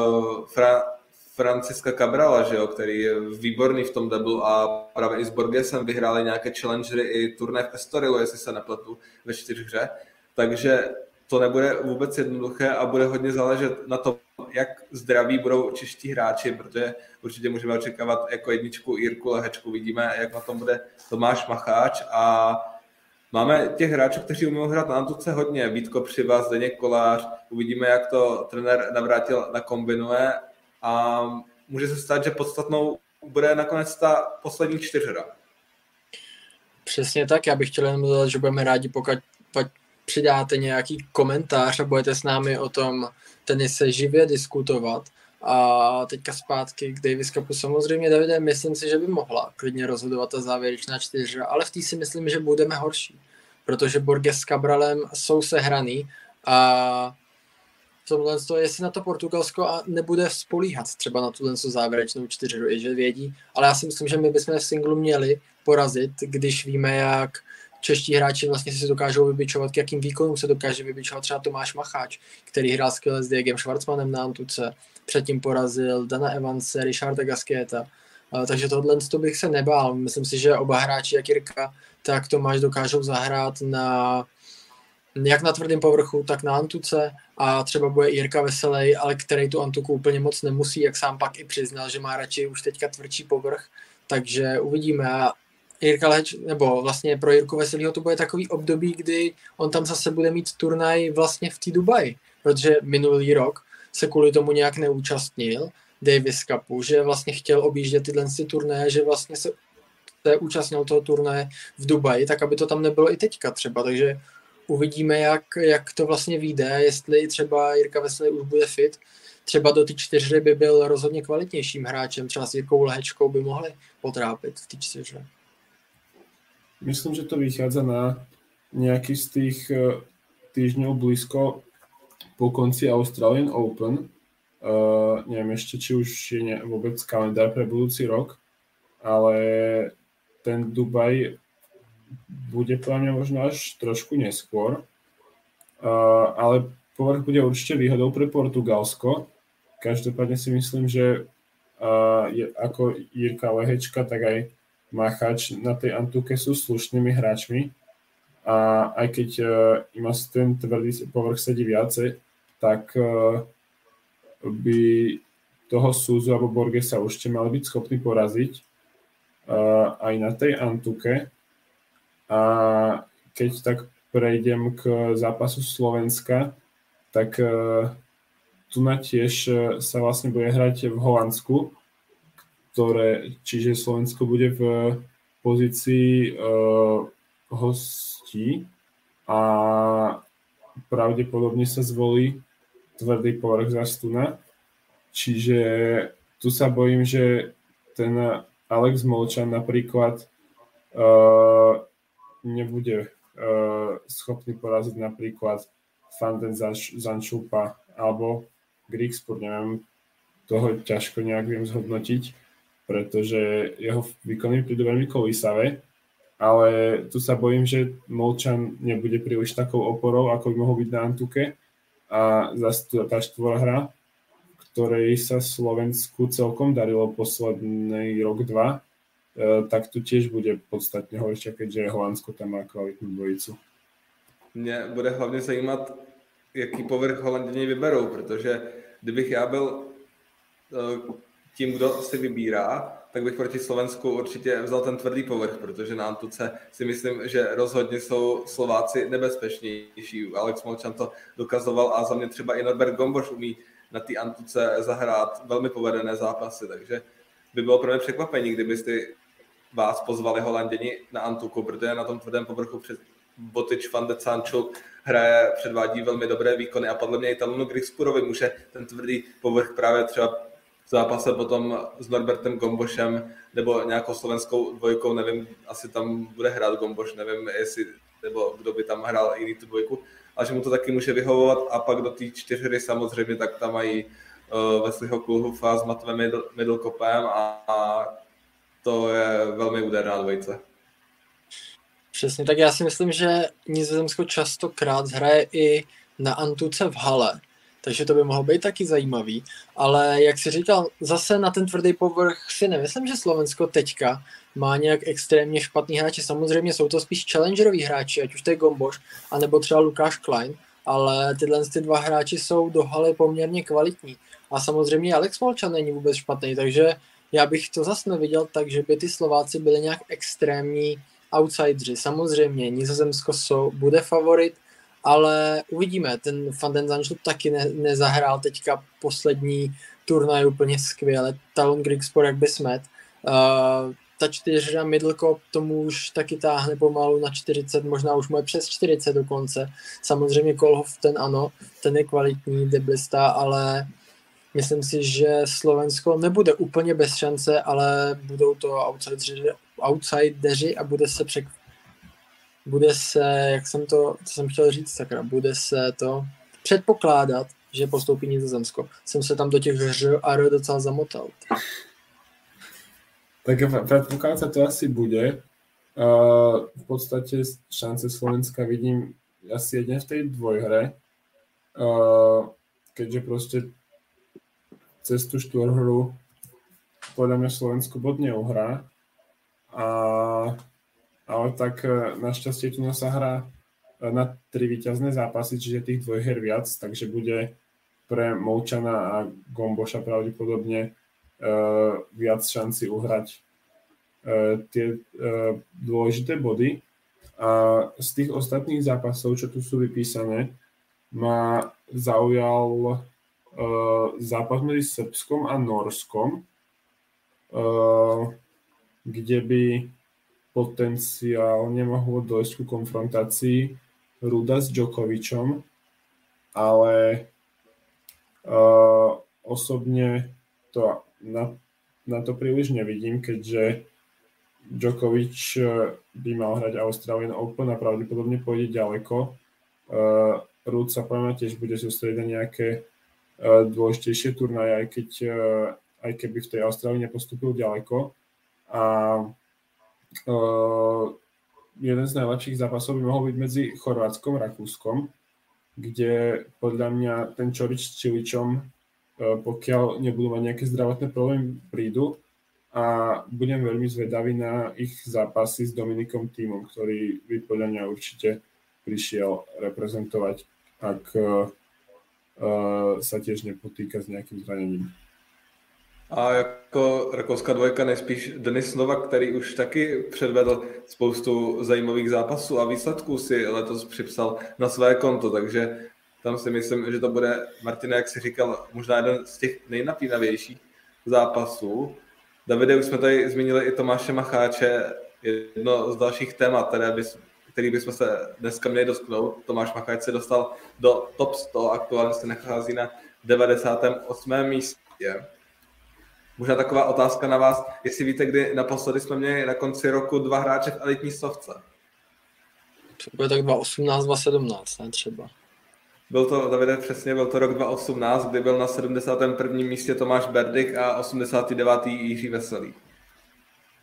Francisca Cabrala, že jo, který je výborný v tom deblu, a právě i s Borgesem vyhráli nějaké challengery i turnaj v Estorilu, jestli se nepletu, ve 4hře. Takže to nebude vůbec jednoduché a bude hodně záležet na tom, jak zdraví budou čeští hráči, protože určitě můžeme očekávat jako jedničku Jirku Lehečku. Vidíme, jak na tom bude Tomáš Macháč, a máme těch hráčů, kteří umí hrát na Antuce hodně. Vítko Přiva, Zdeněk Kolář, uvidíme, jak to trenér Navrátil nakombinuje, a může se stát, že podstatnou bude nakonec ta poslední 4hra. Přesně tak, já bych chtěl jenom dodat, že budeme rádi, pokud přidáte nějaký komentář a budete s námi o tom tenise živě diskutovat. A teďka zpátky k Davis Cupu. Samozřejmě, Davide, myslím si, že by mohla klidně rozhodovat ta závěrečná 4hra, ale v té si myslím, že budeme horší, protože Borges s Cabralem jsou sehraný a tomhle, jestli na to Portugalsko a nebude spolíhat třeba na tuhle závěrečnou 4hru, i že vědí, ale já si myslím, že my bychom v singlu měli porazit, když víme, jak čeští hráči vlastně si dokážou vybičovat, k jakým výkonům se dokáže vybičovat třeba Tomáš Macháč, který hrál skvěle s Diegem Schwartzmanem na Antuce, předtím porazil Dana Evanse, Richarda Gasqueta, takže tohle bych se nebál. Myslím si, že oba hráči, jak Jirka, tak Tomáš, dokážou zahrát jak na tvrdém povrchu, tak na Antuce, a třeba bude Jirka Veselej, ale který tu Antuku úplně moc nemusí, jak sám pak i přiznal, že má radši už teďka tvrdší povrch, takže uvidíme. A Jirka Leheč, nebo vlastně pro Jirku Veselýho to bude takový období, kdy on tam zase bude mít turnaj vlastně v té Dubaji, protože minulý rok se kvůli tomu nějak neúčastnil Davis Cupu, že vlastně chtěl objíždět tyhle turnaje, že vlastně se účastnil toho turnaje v Dubaji, tak aby to tam nebylo i teďka třeba, takže uvidíme, jak to vlastně vyjde, jestli třeba Jirka Veselý už bude fit, třeba do té 4hry by byl rozhodně kvalitnějším hráčem, třeba s Jirkou Lehečkou by mohli potrápit v té 4hře. Myslím, že to vychádza na nejaký z tých týždňov blízko po konci Australian Open. Neviem ešte, či už je vôbec kalendár pre budúci rok, ale ten Dubaj bude podľa mňa možno až trošku neskôr, ale povrch bude určite výhodou pre Portugalsko. Každopádne si myslím, že ako Jirka Lehečka, tak aj Macháč na tej Antuke sú slušnými hráčmi, a aj keď im asi ten tvrdý povrch sedí viacej, tak by toho Súzu alebo Borgesa určite mali byť schopní poraziť aj na tej Antuke. A keď tak prejdem k zápasu Slovenska, tak tu na tiež sa vlastne bude hrať v Holandsku, čiže Slovensko bude v pozícii hostí a pravdepodobne sa zvolí tvrdý povrch za Stuna. Čiže tu sa bojím, že ten Alex Molčan napríklad nebude schopný poraziť napríklad Fanden Zančupa alebo Grigspur, neviem, toho ťažko nejak viem zhodnotiť, pretože jeho výkony prídu veľmi kolísavé, ale tu sa bojím, že Molčan nebude príliš takou oporou, ako by mohol byť na Antuke. A zase tá štvorhra, ktorej sa Slovensku celkom darilo posledný rok, dva, tak tu tiež bude podstatne horšia, keďže Holandsko tam má kvalitnú dvojicu. Mě bude hlavně zajímat, jaký povrch Holanděni vyberou, protože kdybych já byl tím, kdo si vybírá, tak bych proti Slovensku určitě vzal ten tvrdý povrch, protože na Antuce si myslím, že rozhodně jsou Slováci nebezpečnější. Alex Molčan to dokazoval a za mě třeba i Norbert Gomboš umí na té Antuce zahrát velmi povedené zápasy, takže by bylo pro mě překvapení, kdybyste vás pozvali Holanděni na Antuku, protože na tom tvrdém povrchu před Botič, Van de Sancho hraje, předvádí velmi dobré výkony a podle mě i Talonu Grigsporovi může ten tvrdý povrch právě třeba v zápase potom s Norbertem Gombošem nebo nějakou slovenskou dvojkou, nevím, asi tam bude hrát Gomboš, nevím, jestli, nebo kdo by tam hrál jiný tu dvojku, ale že mu to taky může vyhovovat a pak do té čtyřhry samozřejmě, tak tam mají Wesleyho Kulhufa s Matvem Middlecopem a to je velmi úderná dvojice. Přesně, tak já si myslím, že Nizozemsko častokrát hraje i na Antuce v hale, takže to by mohlo být taky zajímavý, ale jak jsi říkal, zase na ten tvrdý povrch si nemyslím, že Slovensko teďka má nějak extrémně špatný hráči, samozřejmě jsou to spíš challengeroví hráči, ať už to je Gomboš, anebo třeba Lukáš Klein, ale tyhle dva hráči jsou do haly poměrně kvalitní a samozřejmě Alex Molčan není vůbec špatný, takže já bych to zase neviděl tak, že by ty Slováci byli nějak extrémní outsideri. Samozřejmě Nizozemsko bude favorit, ale uvidíme. Ten Van den Zandt taky nezahrál teďka poslední turnaj úplně skvěle. Talon Grigspor jak by smet. Ta čtyřhra Middlecop tomu už taky táhne pomalu na 40, možná už má přes 40 dokonce. Samozřejmě Kolhoff, ten je kvalitní deblista, ale myslím si, že Slovensko nebude úplně bez šance, ale budou to outsideri a bude se, jak jsem to, co jsem chtěl říct, sakra, bude se to předpokládat, že postoupí Nizozemsko. Jsem se tam do těch hr docela zamotal. Tak predpokladám sa to asi bude. V podstate šance Slovenska vidím asi jedne v tej dvojhre, keďže proste cez tú štvorhru podľa mňa Slovensko bod neuhrá. Ale tak našťastie tu sa hrá na 3 víťazné zápasy, čiže tých dvojher viac, takže bude pre Molčana a Gomboša pravdepodobne viac šanci uhrať tie dôležité body. A z tých ostatných zápasov, čo tu sú vypísané, ma zaujal zápas medzi Srbskom a Norskom, kde by potenciálne mohlo dojsť ku konfrontácii Ruda s Djokovičom, ale osobne to na to príliš nevidím, keďže Djokovic by mal hrať Australian Open a pravdepodobne pôjde ďaleko. Rud sa poviem tiež bude sústrediť na nejaké dôležitejšie turnaje, aj keby v tej Austrálii nepostúpil ďaleko. A jeden z najlepších zápasov by mohol byť medzi Chorvátskom a Rakúskom, kde podľa mňa ten Čorič s Čiličom, pokiaľ nebudú mať nejaké zdravotné problémy, prídu a budem veľmi zvedavý na ich zápasy s Dominikom Thiemoom, ktorý by podľa mňa určite prišiel reprezentovať, ak sa tiež nepotýka s nejakým zranením. A jako rakouská dvojka nejspíš Denis Novak, který už taky předvedl spoustu zajímavých zápasů a výsledků si letos připsal na své konto, takže tam si myslím, že to bude, Martine, jak jsi říkal, možná jeden z těch nejnapínavějších zápasů. Davide, už jsme tady zmínili i Tomáše Macháče, jedno z dalších témat, který bychom se dneska měli dotknout. Tomáš Macháč se dostal do top 100, aktuálně se nachází na 98. místě. Možná taková otázka na vás, jestli víte, kdy naposledy jsme měli na konci roku 2 hráče v elitní stovce. To bude tak 2018, 2017, ne třeba. Byl to, Davide, přesně, byl to rok 2018, kdy byl na 71. místě Tomáš Berdyk a 89. Jiří Veselý.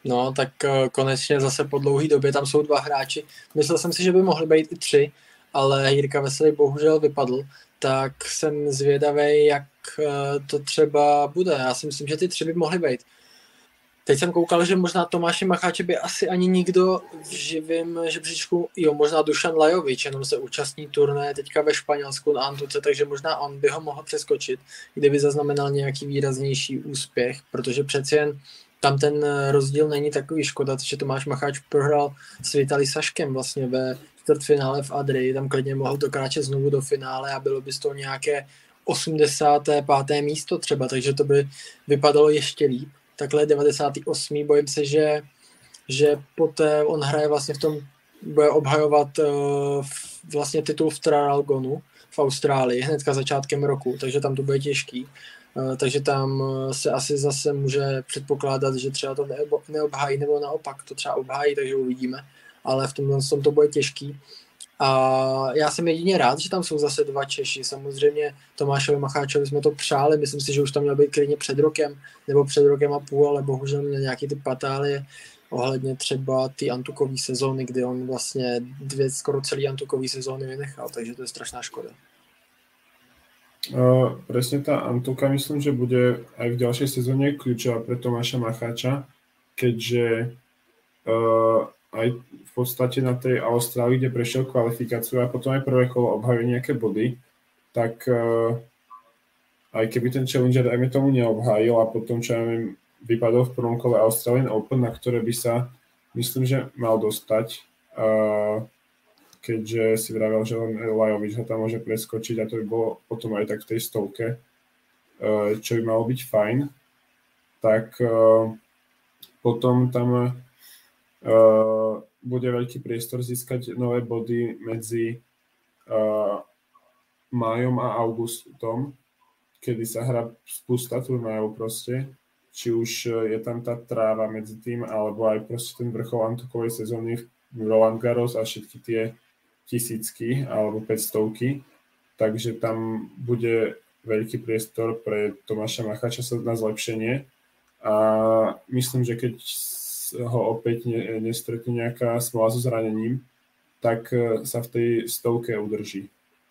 No, tak konečně zase po dlouhé době tam jsou 2 hráči. Myslel jsem si, že by mohli být i 3, ale Jirka Veselý bohužel vypadl, tak jsem zvědavý, jak to třeba bude. Já si myslím, že ty 3 by mohly být. Teď jsem koukal, že možná Tomáše Macháče by asi ani nikdo v živém žebříčku, možná Dušan Lajovič, jenom se účastní turné teďka ve Španělsku na Antuce, takže možná on by ho mohl přeskočit, kdyby zaznamenal nějaký výraznější úspěch, protože přeci jen tam ten rozdíl není takový. Škoda, že Tomáš Macháč prohrál s Vitaly Saškem vlastně ve čtvrtfinále v Adrii, tam klidně mohl dokráčet znovu do finále a bylo by z toho nějaké 85. místo třeba, takže to by vypadalo ještě líp. Takhle 98. Bojím se, že poté on hraje vlastně v tom, bude obhajovat vlastně titul v Traralgonu v Austrálii hnedka začátkem roku, takže tam to bude těžký. Takže tam se asi zase může předpokládat, že třeba to neobhájí, nebo naopak to třeba obhájí, takže uvidíme. Ale v tomhle to bude těžký. A já jsem jedině rád, že tam jsou zase 2 Češi. Samozřejmě Tomášovi Macháčovi jsme to přáli, myslím si, že už tam měl být klidně před rokem, nebo před rokem a půl, ale bohužel měl nějaký ty patálie ohledně třeba ty Antukové sezóny, kdy on vlastně skoro celý Antukové sezóny vynechal, takže to je strašná škoda. Presne tá Antuka myslím, že bude aj v ďalšej sezóne kľúčová pre Tomáša Macháča, keďže aj v podstate na tej Austrálii, kde prešiel kvalifikáciu a potom aj prvé kolo obhajuje nejaké body, tak aj keby ten Challenger aj tomu neobhájil a potom, čo ja neviem, vypadol v prvom kole Australian Open, na ktoré by sa, myslím, že mal dostať, keďže si vravel, že len Lajovič ho tam môže preskočiť a to by bolo potom aj tak v tej stovke, čo by malo byť fajn, tak potom tam bude veľký priestor získať nové body medzi májom a augustom, kedy sa hrá spústa turnajov proste, či už je tam tá tráva medzi tým, alebo aj proste ten vrchol Antukovej sezóny v Roland Garros a všetky tie 1000 alebo 500, takže tam bude veľký priestor pre Tomáša Macháča na zlepšenie a myslím, že keď ho opäť nestretne nejaká smola so zranením, tak sa v tej stovke udrží.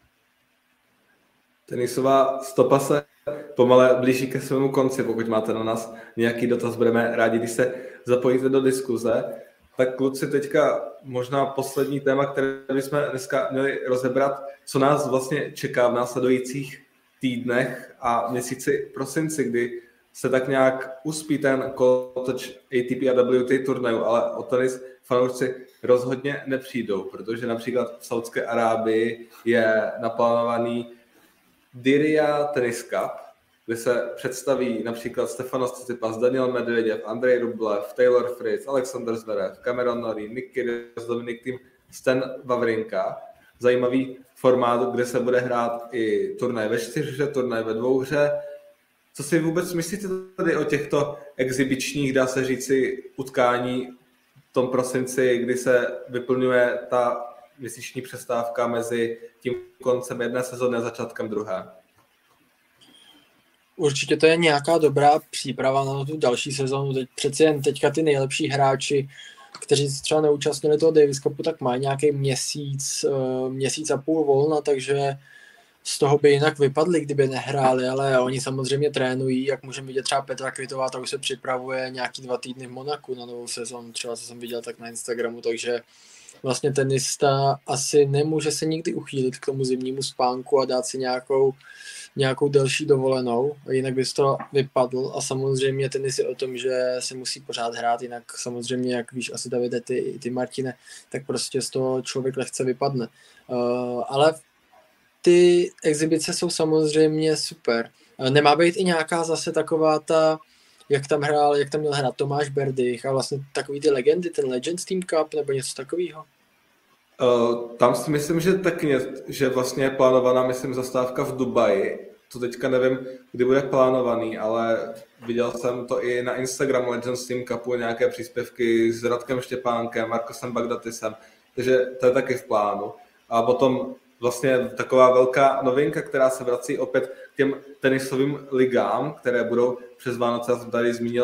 Tenisová stopa se pomale blíží ke svému konci. Pokud máte na nás nějaký dotaz, budeme rádi, když se zapojíte do diskuze. Tak kluci, teďka možná poslední téma, které bychom dneska měli rozebrat, co nás vlastně čeká v následujících týdnech a měsíci prosinci, kdy se tak nějak uspí ten kolotoč ATP a WTA turnaju, ale o tenis fanoušci rozhodně nepřijdou, protože například v Saudské Arábii je naplánovaný Diriyah Tennis Cup, kde se představí například Stefanos Tsitsipas, Daniel Medvedev, Andrej Rublev, Taylor Fritz, Alexander Zverev, Cameron Norrie, Nick Kyrgios, Dominik Thiem, Stan Wawrinka. Zajímavý formát, kde se bude hrát i turnaj ve 4hře, turnaj ve 2hře. Co si vůbec myslíte tady o těchto exibičních, dá se říci, utkání v tom prosinci, kdy se vyplňuje ta měsíční přestávka mezi tím koncem jedné sezóny a začátkem druhé? Určitě to je nějaká dobrá příprava na tu další sezónu. Přeci jen teďka ty nejlepší hráči, kteří se třeba neúčastnili toho Davis Cupu, tak mají nějaký měsíc a půl volna, takže z toho by jinak vypadli, kdyby nehráli, ale oni samozřejmě trénují, jak můžeme vidět třeba Petra Kvitová, ta už se připravuje nějaký 2 týdny v Monaku na novou sezónu, třeba co jsem viděl tak na Instagramu, takže vlastně tenista asi nemůže se nikdy uchýlit k tomu zimnímu spánku a dát si nějakou delší dovolenou, jinak by z toho vypadl a samozřejmě tenis je o tom, že se musí pořád hrát, jinak samozřejmě, jak víš asi Davide, ty Martine, tak prostě z toho člověk lehce vypadne. Ale ty exibice jsou samozřejmě super. Nemá být i nějaká zase taková ta, jak tam měl hrát Tomáš Berdych a vlastně takový ty legendy, ten Legends Team Cup nebo něco takového? Tam si myslím, že taky, že vlastně je plánovaná, myslím, zastávka v Dubaji. To teďka nevím, kdy bude plánovaný, ale viděl jsem to i na Instagramu Legends Team Cupu, nějaké příspěvky s Radkem Štěpánkem, Markosem Bagdatisem, takže to je taky v plánu. A potom vlastně taková velká novinka, která se vrací opět k těm tenisovým ligám, které budou přes Vánoce, já jsem tady zmínil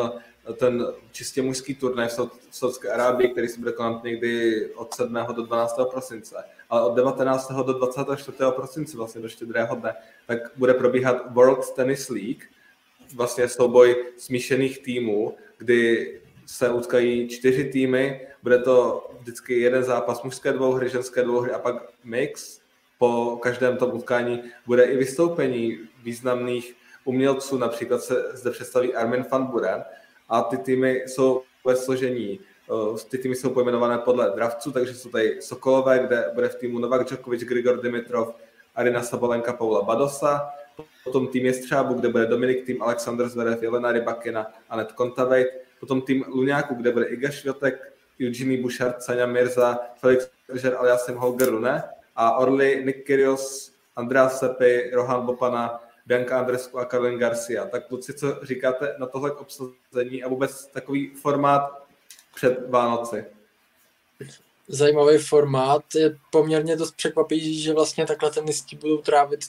ten čistě mužský turnaj v Saudské Arábii, který se bude konat někdy od 7. do 12. prosince. Ale od 19. do 24. prosince, vlastně do štědrého dne, tak bude probíhat World Tennis League, vlastně souboj smíšených týmů, kdy se utkají 4 týmy, bude to vždycky jeden zápas mužské dvouhry, ženské dvouhry a pak mix. Po každém tom utkání bude i vystoupení významných umělců, například se zde představí Armin van Buuren a ty týmy jsou ve složení. Ty týmy jsou pojmenované podle dravců, takže jsou tady Sokolové, kde bude v týmu Novak Djokovic, Grigor Dimitrov, Arina Sabalenka, Paula Badosa. Potom tým Jestřábů, kde bude Dominik Thiem, Alexander Zverev, Jelena Rybakina, Anet Kontaveit. Potom tým Luňáků, kde bude Iga Swiatek, Eugenie Bouchard, Sania Mirza, Felix Auger, Aliasim Holger Rune. A Orly, Nick Kyrgios, Andreas Seppi, Rohan Bopana, Bianca Andreescu a Caroline Garcia. Tak kluci, co říkáte na tohle k obsazení a vůbec takový formát před Vánoci? Zajímavý formát. Je poměrně dost překvapivý, že vlastně takhle tenisti budou trávit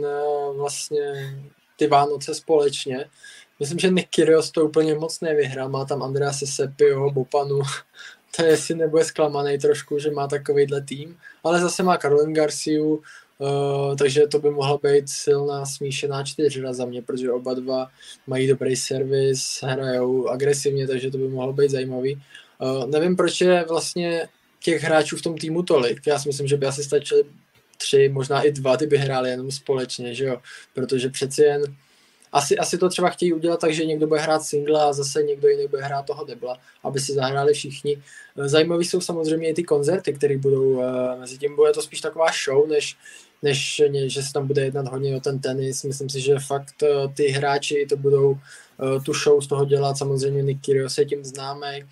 vlastně ty Vánoce společně. Myslím, že Nick Kyrgios to úplně moc nevyhrál. Má tam Andrease Seppiho, Bopanu. To jestli nebude zklamaný trošku, že má takovejhle tým. Ale zase má Caroline Garciu, takže to by mohla být silná smíšená čtyřhra za mě, protože oba dva mají dobrý servis, hrajou agresivně, takže to by mohlo být zajímavý. Nevím, proč je vlastně těch hráčů v tom týmu tolik. Já si myslím, že by asi stačily 3, možná i 2, ty by hráli jenom společně, že jo? Protože přeci jen asi to třeba chtějí udělat tak, že někdo bude hrát singla a zase někdo jiný bude hrát toho debla, aby si zahráli všichni. Zajímavý jsou samozřejmě i ty koncerty, které budou mezi tím. Bude to spíš taková show, než že se tam bude jednat hodně o ten tenis. Myslím si, že fakt ty hráči to budou tu show z toho dělat. Samozřejmě Nick Kyrgios je tím známý.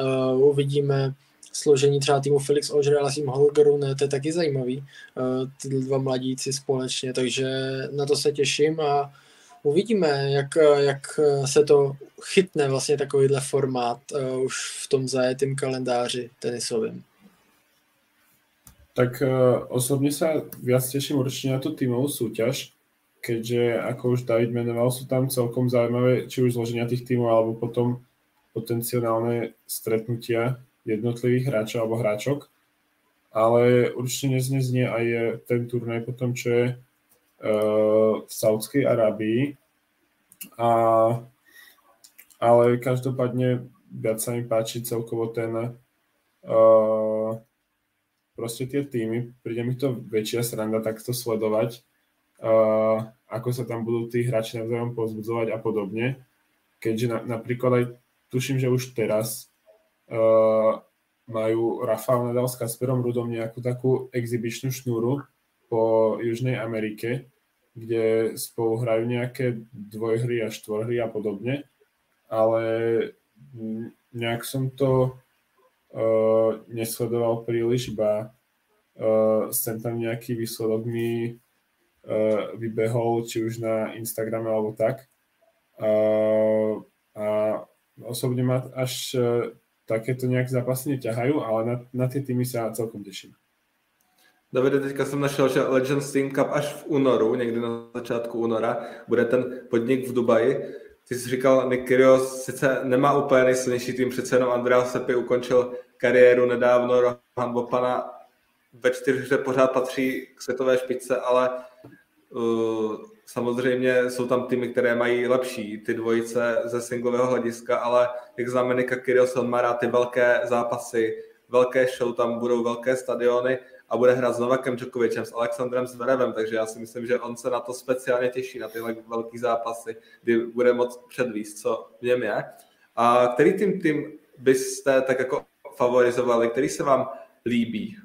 Uvidíme složení třeba týmu Felix Auger, Aliasim Holger Rune, to je taky zajímavý. Ty dva mladíci společně, takže na to se těším a uvidíme, jak se to chytne vlastně takovýhle formát už v tom zajetém kalendáři tenisovým. Tak osobne sa viac teším určite na tú tímovú súťaž, keďže, ako už David menoval, sú tam celkom zaujímavé, či už zloženia tých tímov, alebo potom potenciálne stretnutia jednotlivých hráčov alebo hráčok. Ale určite neznie aj ten turnaj potom, čo je v Saudskej Arábii. Ale každopádne viac sa mi páči celkovo ten proste tie týmy. Príde mi to väčšia sranda takto sledovať, ako sa tam budú tí hráči navzájom povzbudzovať a podobne. Keďže napríklad aj tuším, že už teraz majú Rafael Nadal s Kasperom Rudom nejakú takú exibičnú šnúru po Južnej Amerike, kde spolu hrajú nejaké dvojhry a štvorhry a podobne, ale nejak som to nesledoval príliš, iba sem tam nejaký výsledok mi vybehol, či už na Instagrame alebo tak. A osobne ma až takéto nejak zápasy neťahajú, ale na tie týmy sa celkom teším. Davide, teďka jsem našel, že Legends Team Cup až v únoru, někdy na začátku února, bude ten podnik v Dubaji. Ty jsi říkal, Nick Kyrgios sice nemá úplně nejsilnější tým, přece jenom Andreas Seppi ukončil kariéru nedávno, Rohan Bopana ve čtyřhře pořád patří k světové špičce, ale samozřejmě jsou tam týmy, které mají lepší ty dvojice ze singlového hlediska, ale jak známe Nicka Kyrgios, on má rád ty velké zápasy, velké show, tam budou velké stadiony a bude hrát s Novakem Djokovicem, s Alexandrem Zverevem, takže já si myslím, že on se na to speciálně těší, na tyhle velký zápasy, kdy bude moc předvíst, co v něm je. A který tým byste tak jako favorizovali, který se vám líbí?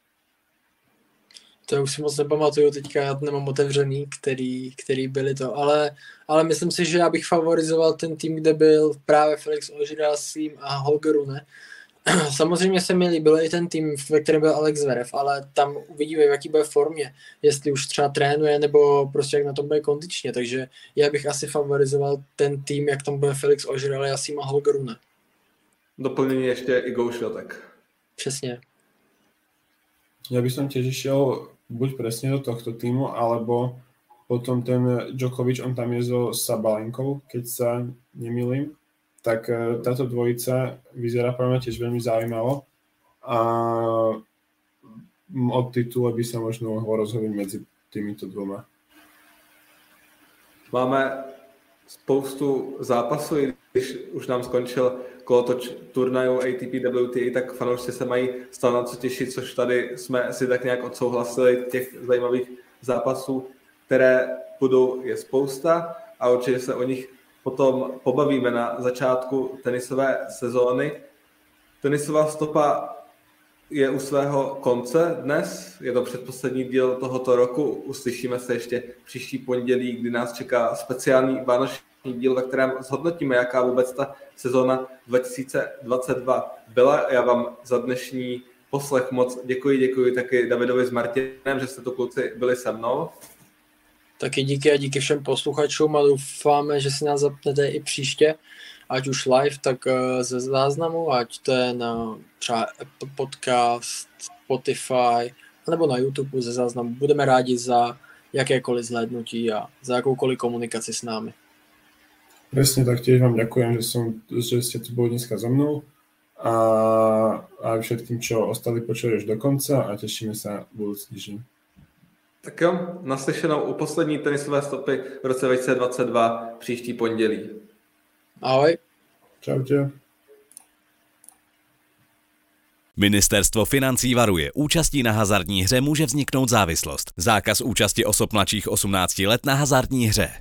To už si moc nepamatuju, teďka já nemám otevřený, který byli to, ale myslím si, že já bych favorizoval ten tým, kde byl právě Felix Auger-Aliassime a Holger Rune. Samozřejmě se mi líbil i ten tým, ve kterém byl Alex Zverev, ale tam uvidíme, v jaký bude formě, jestli už třeba trénuje, nebo prostě jak na tom bude kondičně, takže já bych asi favorizoval ten tým, jak tam bude Felix Auger-Aliassime a Holger Rune. Doplnění ještě Igo Swiatek. Přesně. Ja by som tiež išiel buď presne do tohto týmu, alebo potom ten Djokovic, on tam je so Sabalenkou, keď sa nemýlim. tak táto dvojica vyzerá pre mňa tiež veľmi zaujímavo a od titule by sa možno mohlo rozhodnúť medzi týmito dvoma. Máme spoustu zápasů, i když už nám skončil kolotoč turnaju ATP WTA, tak fanoušci se mají stále na co těšit, což tady jsme si tak nějak odsouhlasili. Těch zajímavých zápasů, které budou, je spousta a určitě se o nich potom pobavíme na začátku tenisové sezóny. Tenisová stopa je u svého konce dnes, je to předposlední díl tohoto roku, uslyšíme se ještě příští pondělí, kdy nás čeká speciální vánoční díl, ve kterém zhodnotíme, jaká vůbec ta sezóna 2022 byla. Já vám za dnešní poslech moc děkuji taky Davidovi s Martinem, že jste tu kluci byli se mnou. Taky díky a díky všem posluchačům a doufáme, že si nás zapnete i příště, ať už live, tak ze záznamu, ať to je na třeba Apple Podcast, Spotify, nebo na YouTube ze záznamu. Budeme rádi za jakékoliv zhlédnutí a za jakoukoliv komunikaci s námi. Presne, tak tiež vám ďakujem, že ste tu boli dneska so mnou a všetkým, čo ostali počuli už do konca a tešíme sa budúci týždeň. Tak jo, naslyšenou u poslední tenisové stopy v roce 2022 příští pondělí. Ahoj. Čaute. Ministerstvo financí varuje, účastí na hazardní hře může vzniknout závislost. Zákaz účasti osob mladších 18 let na hazardní hře.